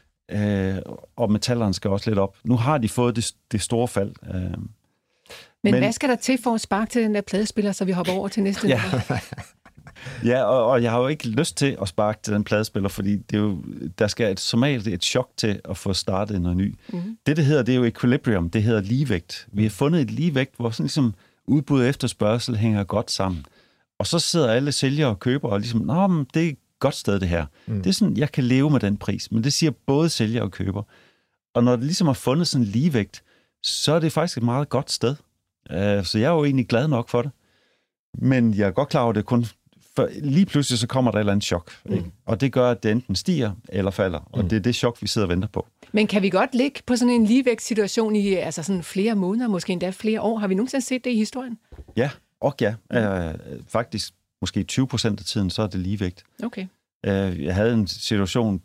Og metallerne skal også lidt op. Nu har de fået det store fald. Men hvad skal der til for at sparke til den der pladespiller, så vi hopper over til næste nummer? Ja, og jeg har jo ikke lyst til at sparke til den pladespiller, fordi det er jo, der skal som regel et chok til at få startet noget ny. Det hedder, det er jo equilibrium, det hedder ligevægt. Vi har fundet et ligevægt, hvor sådan ligesom udbud og efterspørgsel hænger godt sammen. Og så sidder alle sælgere og køber og ligesom, men det er godt sted, det her. Det er sådan, jeg kan leve med den pris, men det siger både sælger og køber. Og når det ligesom har fundet sådan en ligevægt, så er det faktisk et meget godt sted. Så jeg er jo egentlig glad nok for det. Men jeg er godt klar over det kun, for lige pludselig så kommer der et eller andet chok. Og det gør, at det enten stiger eller falder. Og det er det chok, vi sidder og venter på. Men kan vi godt ligge på sådan en ligevægtssituation i altså sådan flere måneder, måske endda flere år? Har vi nogensinde set det i historien? Ja, faktisk måske 20% af tiden, så er det ligevægt. Okay. Jeg havde en situation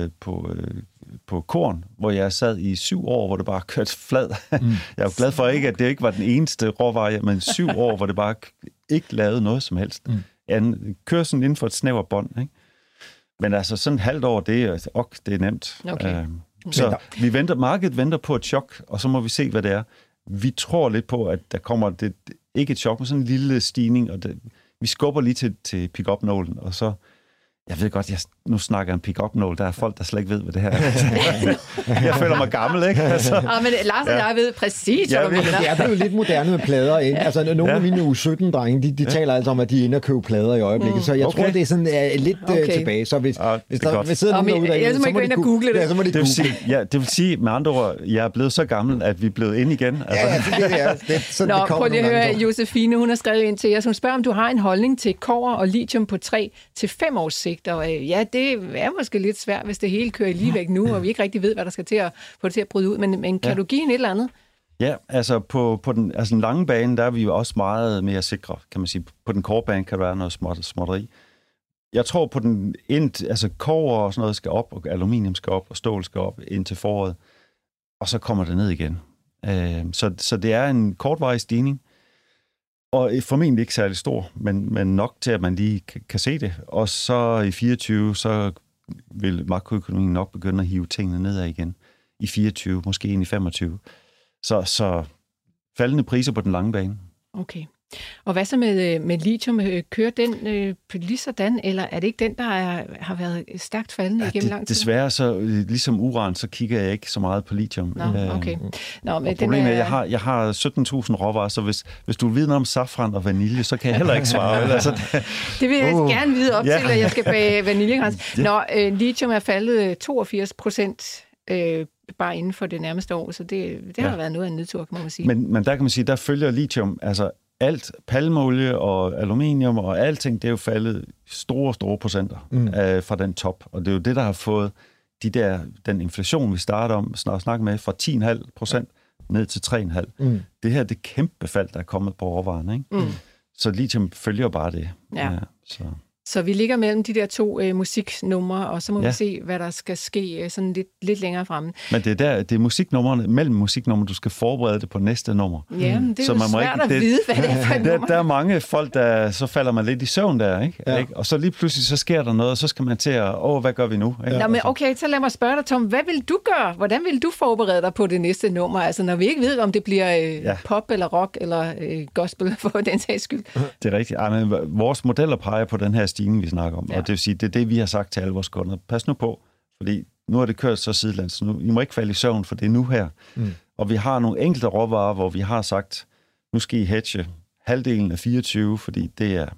på korn, hvor jeg sad i 7 år, hvor det bare kørte flad. Jeg er jo glad for ikke, at det ikke var den eneste råvare, men 7 år, hvor det bare ikke lavede noget som helst. Kører sådan inden for et snævert bånd, ikke? Men altså sådan et halvt år, det er nemt. Okay. Så markedet venter på et chok, og så må vi se, hvad det er. Vi tror lidt på, at der kommer ikke et chok, men sådan en lille stigning, og vi skubber lige til pick-up-nålen, og så jeg ved godt, nu snakker jeg om pick-up-nål. Der er folk, der slet ikke ved, hvad det her er. Jeg føler mig gammel, ikke? Altså, men Lars og jeg ved præcis, hvad du mener. Det er blevet lidt moderne med plader, ikke? Altså, nogle af mine U17-drenge, de taler altså om, at de er inde og købe plader i øjeblikket. Så jeg tror, det er sådan lidt tilbage. Så hvis der sidder nogen derude derinde, så må de google det. Ja, så må de google det. Det vil sige, med andre ord, jeg er blevet så gammel, at vi er blevet inde igen. Altså. Det er sådan, det kommer. Prøv lige at høre, Josefine, hun har skrevet ind til jer. Hun spørger, om du har en holdning til kobber og lithium på 3 til 5 års sigt. Og ja, det er måske lidt svært, hvis det hele kører lige væk nu, og vi ikke rigtig ved, hvad der skal til at få det til at bryde ud. Men kan du give en et eller andet? Ja, altså på den lange bane, der er vi jo også meget mere sikre, kan man sige. På den korte bane kan der være noget småtteri. Jeg tror på den kobber og sådan noget skal op, og aluminium skal op, og stål skal op indtil foråret, og så kommer det ned igen. Så det er en kortvarig stigning, og formentlig ikke særlig stor, men nok til, at man lige kan se det. Og så i 24, så vil makroøkonomien nok begynde at hive tingene nedad igen. I 24, måske ind i 25. Så faldende priser på den lange bane. Okay. Og hvad så med lithium? Kører den lige sådan, eller er det ikke den, der har været stærkt faldende igennem lang tid? Desværre, så ligesom uran, så kigger jeg ikke så meget på lithium. Nå, okay. Men problemet er, at jeg har 17.000 råvarer, så hvis du vil vide om safran og vanilje, så kan jeg heller ikke svare. Altså, det vil jeg gerne vide op til, at jeg skal bage vaniljekrans. Lithium er faldet 82%. Bare inden for det nærmeste år, så det har været noget af en nedtur, kan man sige. Men der kan man sige, der følger lithium, altså alt, palmeolie og aluminium og alting, det er jo faldet store procenter fra den top. Og det er jo det, der har fået den inflation, vi starter om at snakke med, fra 10,5% ned til 3,5%. Det her, det kæmpe fald, der er kommet på råvarerne, ikke? Så lithium følger bare det. Ja. Så vi ligger mellem de der 2 musiknumre, og så må vi se, hvad der skal ske sådan lidt længere fremme. Men det er musiknumrene, mellem musiknumre, du skal forberede det på næste nummer. Ja, det er så jo svært at vide, hvad det er for et nummer. Der er mange folk, så falder man lidt i søvn der, ikke? Ja. Og så lige pludselig, så sker der noget, og så skal man til at, hvad gør vi nu? Ikke? Nå, men okay, så lad mig spørge dig, Tom, hvad vil du gøre? Hvordan vil du forberede dig på det næste nummer? Altså, når vi ikke ved, om det bliver pop eller rock eller gospel for den sags skyld. Det er rigtigt. Men vores modeller peger på den her stigning, vi snakker om. Ja. Og det vil sige, det er det, vi har sagt til alle vores kunder. Pas nu på, fordi nu har det kørt så sidelands. I må ikke falde i søvn, for det er nu her. Og vi har nogle enkelte råvarer, hvor vi har sagt, nu skal I hedge halvdelen af 24, fordi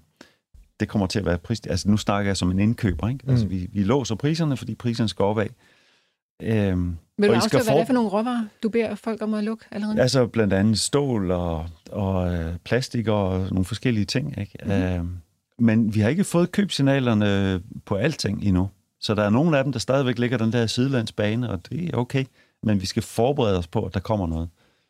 det kommer til at være pris. Altså nu snakker jeg som en indkøber, ikke? Altså vi låser priserne, fordi priserne skal opad. Vil du afsløre, hvad det er for nogle råvarer, du beder folk om at lukke allerede? Altså blandt andet stål og plastik og nogle forskellige ting, ikke? Men vi har ikke fået købsignalerne på alting endnu. Så der er nogle af dem, der stadigvæk ligger den der sidelandsbane, og det er okay. Men vi skal forberede os på, at der kommer noget.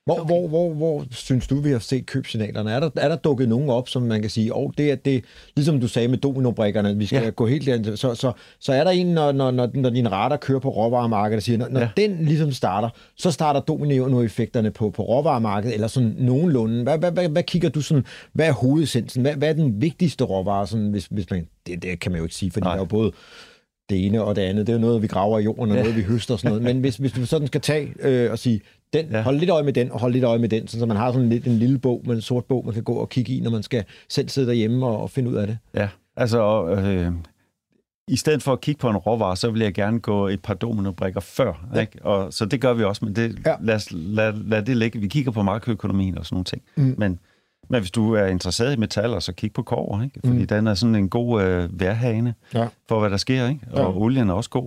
Hvor synes du, vi har set købsignalerne? Er der dukket nogen op, som man kan sige, det ligesom du sagde med dominobrikkerne, vi skal gå helt derhen. Så er der en, når din radar kører på råvaremarkedet, og siger, når den ligesom starter, så starter dominoeffekterne på råvaremarkedet, eller sådan nogenlunde. Hvad kigger du sådan, hvad er hovedessensen? Hvad er den vigtigste råvare, sådan, hvis man, det kan man jo ikke sige, fordi der er jo både det ene og det andet. Det er jo noget, vi graver i jorden, og noget, vi høster og sådan noget. Men hvis du sådan skal tage og sige, hold lidt øje med den, og hold lidt øje med den, så man har sådan lidt en lille bog, en sort bog, man kan gå og kigge i, når man skal selv sidde derhjemme og finde ud af det. Ja, altså i stedet for at kigge på en råvare, så vil jeg gerne gå et par dominobrikker før. Ja. Ikke? Og, så det gør vi også, men lad det ligge. Vi kigger på makroøkonomien og sådan nogle ting. Men hvis du er interesseret i metaller, så kig på kobber, ikke? Fordi den er sådan en god vejrhane for, hvad der sker, ikke? Og olien er også god.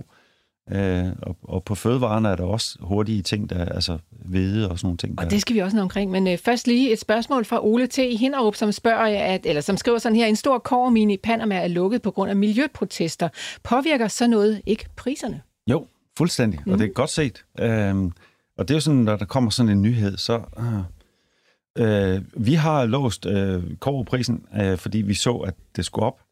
Og på fødevarerne er der også hurtige ting, altså hvede og sådan nogle ting. Og det skal vi også nå omkring. Men først lige et spørgsmål fra Ole T. i Hinderup, som som skriver sådan her: en stor kobbermine i Panama er lukket på grund af miljøprotester. Påvirker så noget ikke priserne? Jo, fuldstændig. Og det er godt set. Og det er jo sådan, når der kommer sådan en nyhed, så Vi har låst kobberprisen, fordi vi så, at det skulle op.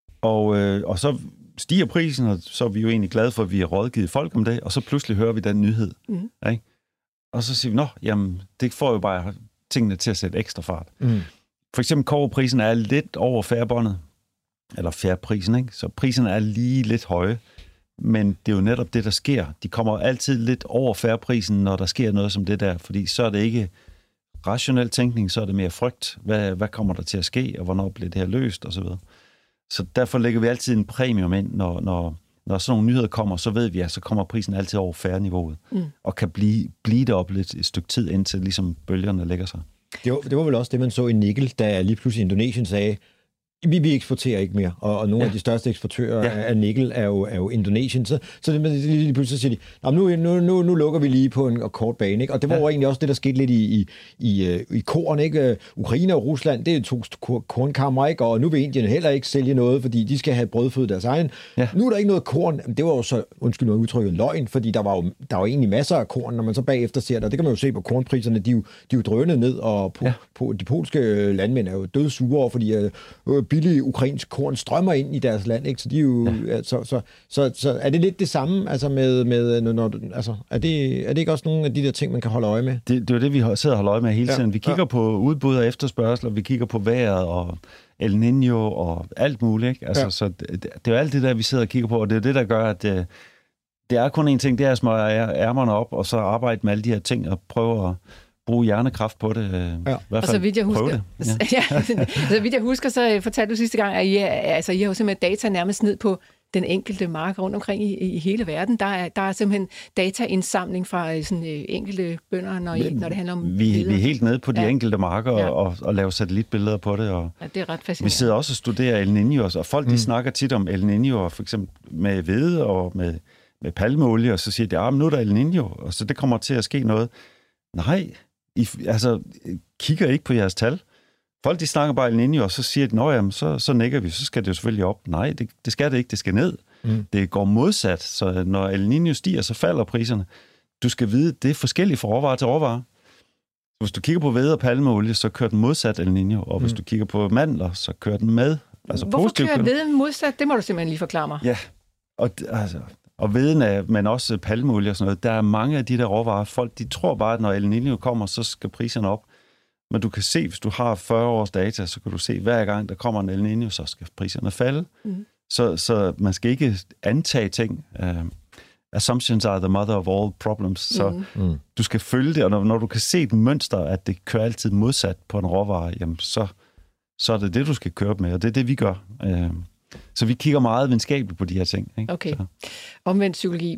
Og så stiger prisen, og så er vi jo egentlig glade for, at vi har rådgivet folk om det, og så pludselig hører vi den nyhed. Ikke? Og så siger vi, jamen, det får jo bare tingene til at sætte ekstra fart. For eksempel kobberprisen er lidt over færbåndet, eller færprisen, ikke? Så priserne er lige lidt høje, men det er jo netop det, der sker. De kommer altid lidt over færprisen, når der sker noget som det der, fordi så er det ikke rationel tænkning, så er det mere frygt. Hvad kommer der til at ske, og hvornår bliver det her løst, og så videre. Så derfor lægger vi altid en premium ind, når sådan nogle nyheder kommer, så ved vi, at så kommer prisen altid over færniveauet, og kan blive deroppe et stykke tid, indtil ligesom bølgerne lægger sig. Det var vel også det, man så i nikkel, da lige pludselig Indonesien sagde, vi eksporterer ikke mere, og nogle af de største eksportører af nikkel er jo Indonesien. Så det lige pludselig siger de, nu lukker vi lige på en kort bane, ikke? Og det var jo egentlig også det, der skete lidt i korn, ikke? Ukraine og Rusland, det er to kornkammer, ikke? Og nu vil Indien heller ikke sælge noget, fordi de skal have brødfød deres egen. Nu er der ikke noget korn. Det var jo så, undskyld noget udtrykket, løgn, fordi der var egentlig masser af korn, når man så bagefter ser det, og det kan man jo se på kornpriserne, de er jo drønet ned, og på de polske landmænd er jo dødsure, fordi billig ukrainsk korn strømmer ind i deres land, ikke? Så de er jo så er det lidt det samme, altså med når altså er det ikke også nogle af de der ting, man kan holde øje med? Det er jo det, vi sidder og holder øje med hele tiden. Vi kigger på udbud og efterspørgsel, vi kigger på vejret og El Niño og alt muligt, ikke? Altså så det er jo alt det der, vi sidder og kigger på, og det er det, der gør, at det er kun en ting, det er at smøre ærmerne op og så arbejde med alle de her ting og prøve at bruge hjernekraft på det. I hvert fald og så vidt jeg husker, så vidt jeg husker, så fortalte du sidste gang, at I har jo simpelthen data nærmest ned på den enkelte mark rundt omkring i hele verden. Der er simpelthen dataindsamling fra sådan enkelte bønder, når det handler om vi er helt nede på de enkelte marker og laver satellitbilleder på det. Og det er ret fascinerende. Vi sidder også og studerer El Niño, og folk de snakker tit om El Niño, for eksempel med hvede og med palmeolie, og så siger de, nu er der El Niño, og så det kommer til at ske noget. Nej, kigger ikke på jeres tal. Folk, de snakker bare El Niño, og så siger de, så nikker vi, så skal det jo selvfølgelig op. Nej, det skal det ikke, det skal ned. Det går modsat, så når El Niño stiger, så falder priserne. Du skal vide, det er forskelligt fra råvare til råvare. Hvis du kigger på hvede og palmeolie, så kører den modsat El Niño, og hvis du kigger på mandler, så kører den med. Altså hvorfor kører hveden modsat? Det må du simpelthen lige forklare mig. Ja, og veden men også palmeolie og sådan noget, der er mange af de der råvarer. Folk, de tror bare, at når El Niño kommer, så skal priserne op. Men du kan se, hvis du har 40 års data, så kan du se, hver gang der kommer en El Niño, så skal priserne falde. Så man skal ikke antage ting. Assumptions are the mother of all problems. Så du skal følge det, og når du kan se et mønster, at det kører altid modsat på en råvare, jamen så er det, du skal køre med, og det er det, vi gør. Så vi kigger meget videnskabeligt på de her ting. Ikke? Okay. Omvendt psykologi.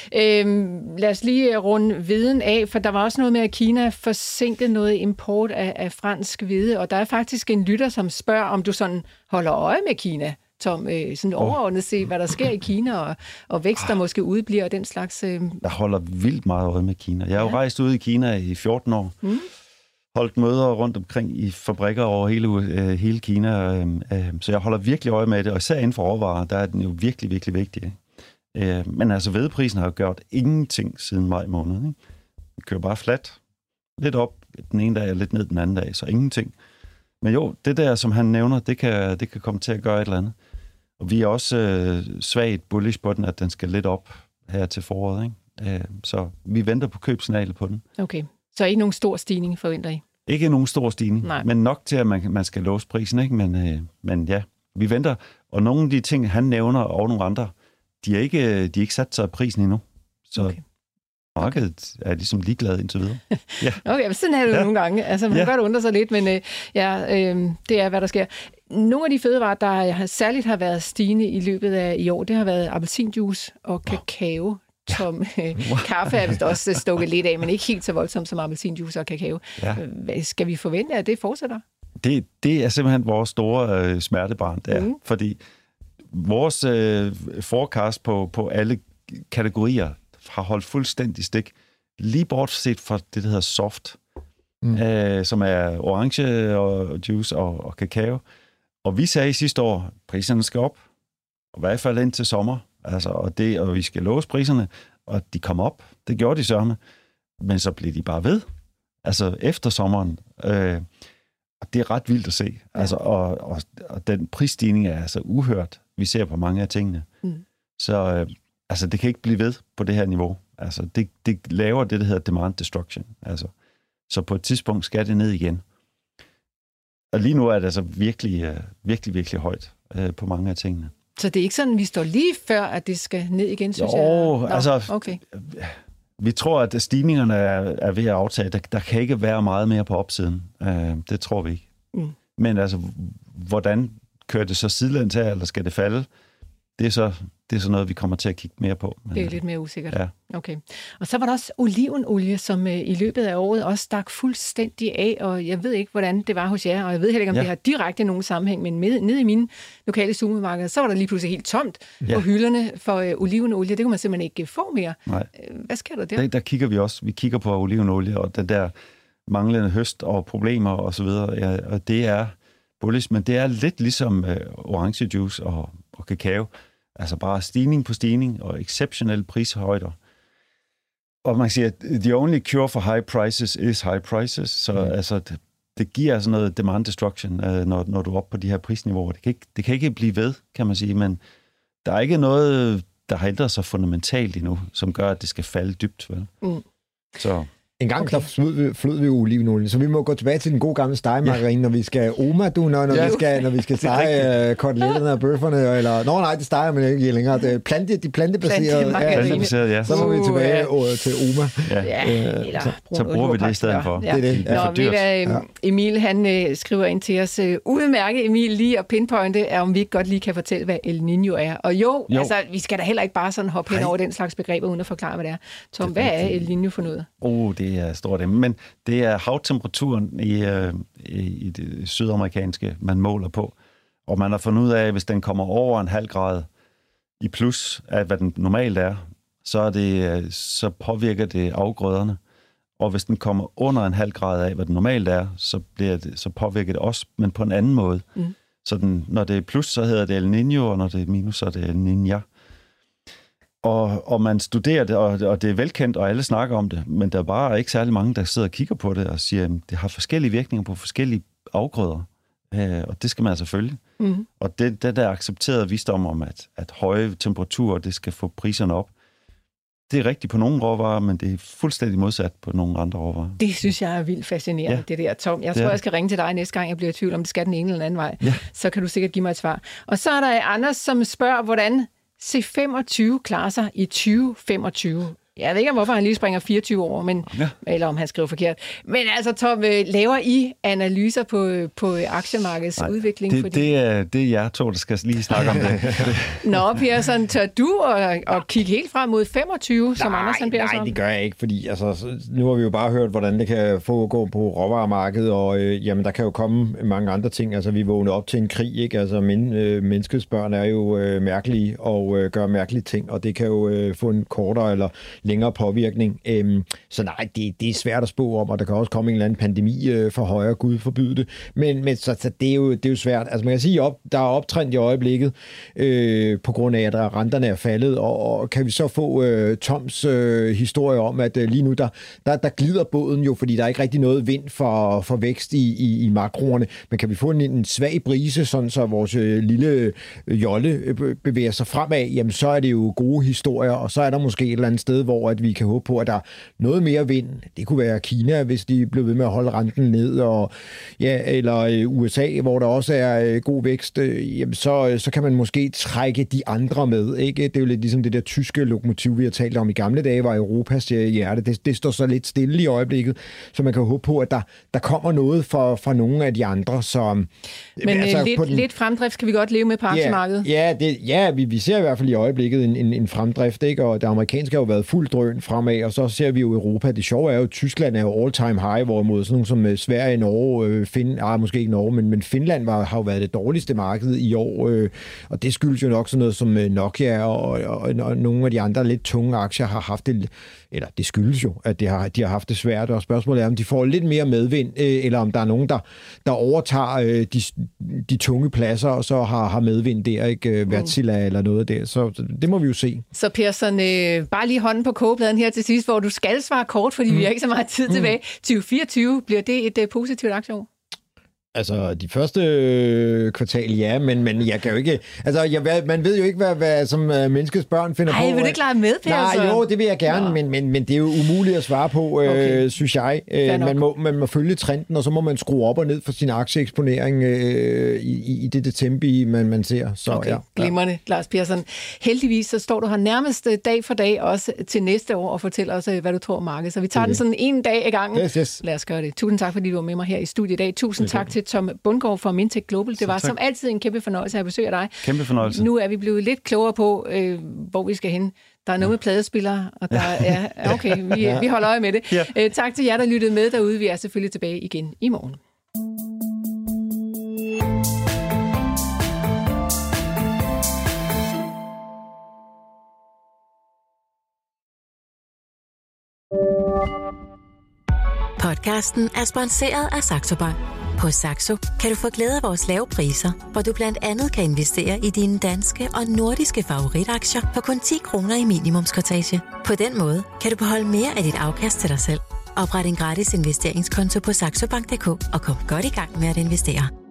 Lad os lige runde viden af, for der var også noget med, at Kina forsinkede noget import af fransk hvede, og der er faktisk en lytter, som spørger, om du sådan holder øje med Kina, Tom, sådan overordnet se, hvad der sker i Kina, og vækst, der måske udbliver, og den slags... Jeg holder vildt meget øje med Kina. Jeg har jo rejst ud i Kina i 14 år. Holdt møder rundt omkring i fabrikker over hele Kina, så jeg holder virkelig øje med det, og især inden for råvarer, der er den jo virkelig, virkelig vigtig. Men altså, hvedeprisen har jo gjort ingenting siden maj måned. Ikke? Vi kører bare flat, lidt op den ene dag og lidt ned den anden dag, så ingenting. Men jo, det der, som han nævner, det kan komme til at gøre et eller andet. Og vi er også svagt bullish på den, at den skal lidt op her til foråret. Ikke? Så vi venter på købsignalet på den. Okay. Så ikke nogen stor stigning, forventer I? Ikke nogen stor stigning, men nok til, at man skal låse prisen. Ikke? Men ja, vi venter. Og nogle af de ting, han nævner, og nogle andre, de er ikke sat sig af prisen endnu. Så markedet er ligesom ligeglad indtil videre. Ja. Okay, men sådan er det jo nogle gange. Altså, man kan godt undre sig lidt, men det er, hvad der sker. Nogle af de fødevarer, der særligt har været stigende i løbet af i år, det har været appelsinjuice og kakao. Som kaffe er vist også stukket lidt af, men ikke helt så voldsomt som appelsinjuice og kakao. Ja. Skal vi forvente, at det fortsætter? Det er simpelthen vores store smertebarn der, fordi vores forecast på alle kategorier har holdt fuldstændig stik. Lige bortset fra det, der hedder soft, som er orange og juice og kakao. Og vi sagde sidste år, at priserne skal op, og i hvert fald ind til sommer. Altså, og vi skal låse priserne, og de kom op. Det gjorde de sørme. Men så blev de bare ved. altså efter sommeren. Og det er ret vildt at se. Altså, og den prisstigning er altså uhørt, vi ser på mange af tingene. Så altså, det kan ikke blive ved på det her niveau. Altså, det laver det, der hedder demand destruction. Altså, så på et tidspunkt skal det ned igen. Og lige nu er det altså virkelig højt på mange af tingene. Så det er ikke sådan, vi står lige før, at det skal ned igen, synes jeg? Altså, okay. Vi tror, at stigningerne er ved at aftage. Der kan ikke være meget mere på opsiden. Det tror vi ikke. Men altså, hvordan kører det så sidelæns her, eller skal det falde? Det er så noget, vi kommer til at kigge mere på. Men, det er lidt mere usikkert. Ja. Okay. Og så var der også olivenolie, som i løbet af året også stak fuldstændig af, og jeg ved ikke, hvordan det var hos jer, og jeg ved heller ikke, om det har direkte nogen sammenhæng, men nede i mine lokale supermarkeder, så var der lige pludselig helt tomt på hylderne for olivenolie. Det kunne man simpelthen ikke få mere. Nej. Hvad sker der der? Der kigger vi også. Vi kigger på olivenolie, og den der manglende høst og problemer og så videre. Ja, og det er bullish, men det er lidt ligesom orange juice og kakao. Altså bare stigning på stigning og exceptionelle prishøjder. Og man siger, at the only cure for high prices is high prices. Så altså, det giver altså noget demand destruction, når du er oppe på de her prisniveauer. Det kan ikke blive ved, kan man sige, men der er ikke noget, der har ændret sig fundamentalt endnu, som gør, at det skal falde dybt. Vel? Så... En gang der flød vi olivenolie, så vi må gå tilbage til den gode gamle stegemargarine, når vi skal når vi skal stege koteletterne og bøfferne, eller... nej, det steger man ikke længere. Det er plantebaserede, ja. Så må vi tilbage til Oma. Så bruger vi det i stedet for. Ja. Det er det. Emil, han skriver ind til os, udmærket Emil, lige at pinpointe, om vi ikke godt lige kan fortælle, hvad El Niño er. Og jo. Altså, vi skal da heller ikke bare sådan hoppe hen over den slags begreber, uden at forklare, hvad det er. Tom, hvad er El Niño for noget? Det er stort, men det er havtemperaturen i det sydamerikanske, man måler på. Og man har fundet ud af, at hvis den kommer over 0,5 grad i plus af, hvad den normalt er, så påvirker det afgrøderne. Og hvis den kommer under 0,5 grad af, hvad den normalt er, så påvirker det også, men på en anden måde. Så når det er plus, så hedder det El Niño, og når det er minus, så er det El Niña. Og man studerer det, og det er velkendt, og alle snakker om det, men der er bare ikke særlig mange, der sidder og kigger på det og siger, at det har forskellige virkninger på forskellige afgrøder. Og det skal man altså følge. Og det der accepterede visdom om, at høje temperaturer, det skal få priserne op. Det er rigtigt på nogle råvarer, men det er fuldstændig modsat på nogle andre råvarer. Det synes jeg er vildt fascinerende, det der, Tom. Jeg tror, jeg skal ringe til dig næste gang, jeg bliver i tvivl om, det skal den ene eller anden vej. Så kan du sikkert give mig et svar. Og så er der Anders, som spørger, hvordan C25 klarer sig i 2025. Jeg ved ikke, hvorfor han lige springer 24 år, eller om han skriver forkert. Men altså, Tom, laver I analyser på aktiemarkedets udvikling? Det er jer to, der skal lige snakke om det. Nå, Persson, tør du at kigge helt frem mod 25, som Anders han beder sig om? Nej, det gør jeg ikke, fordi altså, nu har vi jo bare hørt, hvordan det kan foregå på råvaremarkedet, og jamen, der kan jo komme mange andre ting. Altså, vi vågner op til en krig, ikke? Altså, menneskets børn er jo mærkelige og gør mærkelige ting, og det kan jo få en kortere eller længere påvirkning. Så nej, det er svært at spå om, og der kan også komme en eller anden pandemi for højre, Gud forbyde det. Men så det er jo svært. Altså man kan sige, der er optrend i øjeblikket på grund af, at renterne er faldet, og kan vi så få Toms historie om, at lige nu, der glider båden jo, fordi der er ikke rigtig noget vind for vækst i makroerne, men kan vi få en svag brise, sådan så vores lille jolle bevæger sig fremad, jamen så er det jo gode historier, og så er der måske et eller andet sted, hvor at vi kan håbe på, at der er noget mere vind. Det kunne være Kina, hvis de blev ved med at holde renten ned, og eller USA, hvor der også er god vækst, jamen så kan man måske trække de andre med. Ikke? Det er jo lidt ligesom det der tyske lokomotiv, vi har talt om i gamle dage, var Europas hjerte. Det står så lidt stille i øjeblikket, så man kan håbe på, at der kommer noget fra nogle af de andre. Så, men altså, lidt fremdrift kan vi godt leve med på aktiemarkedet? Vi ser i hvert fald i øjeblikket en fremdrift, ikke? Og det amerikanske har jo været fuld drøn fremad, og så ser vi jo Europa. Det sjove er jo, at Tyskland er jo all-time high, hvorimod sådan nogle som Sverige, Norge, måske ikke Norge, men Finland har jo været det dårligste marked i år, og det skyldes jo nok sådan noget som Nokia og nogle af de andre lidt tunge aktier har haft det, eller det skyldes jo, at de har haft det svært, og spørgsmålet er, om de får lidt mere medvind, eller om der er nogen, der overtager de tunge pladser, og så har medvind der, ikke? Wärtsilä eller noget der, så det må vi jo se. Så Persson, bare lige hånden på kogepladen her til sidst, hvor du skal svare kort, fordi vi har ikke så meget tid tilbage. 2024, bliver det et positivt aktieår? Altså, de første kvartal, ja, men jeg kan jo ikke... Altså, man ved jo ikke, hvad som menneskets børn finder på. Nej, vil du ikke lade med, Per? Nej, jo, det vil jeg gerne, men det er jo umuligt at svare på, synes jeg. Man må følge trenden, og så må man skrue op og ned for sin aktieeksponering i det tempi, man ser. Så, okay, glimrende, Lars Persson. Heldigvis så står du her nærmest dag for dag, også til næste år, og fortæller os, hvad du tror om markedet. Så vi tager den sådan en dag ad gangen. Yes. Lad os gøre det. Tusind tak, fordi du var med mig her i studiet i dag. Tusind tak til Tom Bundgaard fra Mintech Global. Det var som altid en kæmpe fornøjelse at besøge dig. Kæmpe fornøjelse. Nu er vi blevet lidt klogere på, hvor vi skal hen. Der er noget med pladespillere, og der er... Okay, vi holder øje med det. Ja. Tak til jer, der lyttede med derude. Vi er selvfølgelig tilbage igen i morgen. Podcasten er sponsoreret af Saxo Bank. På Saxo kan du få glæde af vores lave priser, hvor du blandt andet kan investere i dine danske og nordiske favoritaktier for kun 10 kroner i minimumskortage. På den måde kan du beholde mere af dit afkast til dig selv. Opret en gratis investeringskonto på saxobank.dk og kom godt i gang med at investere.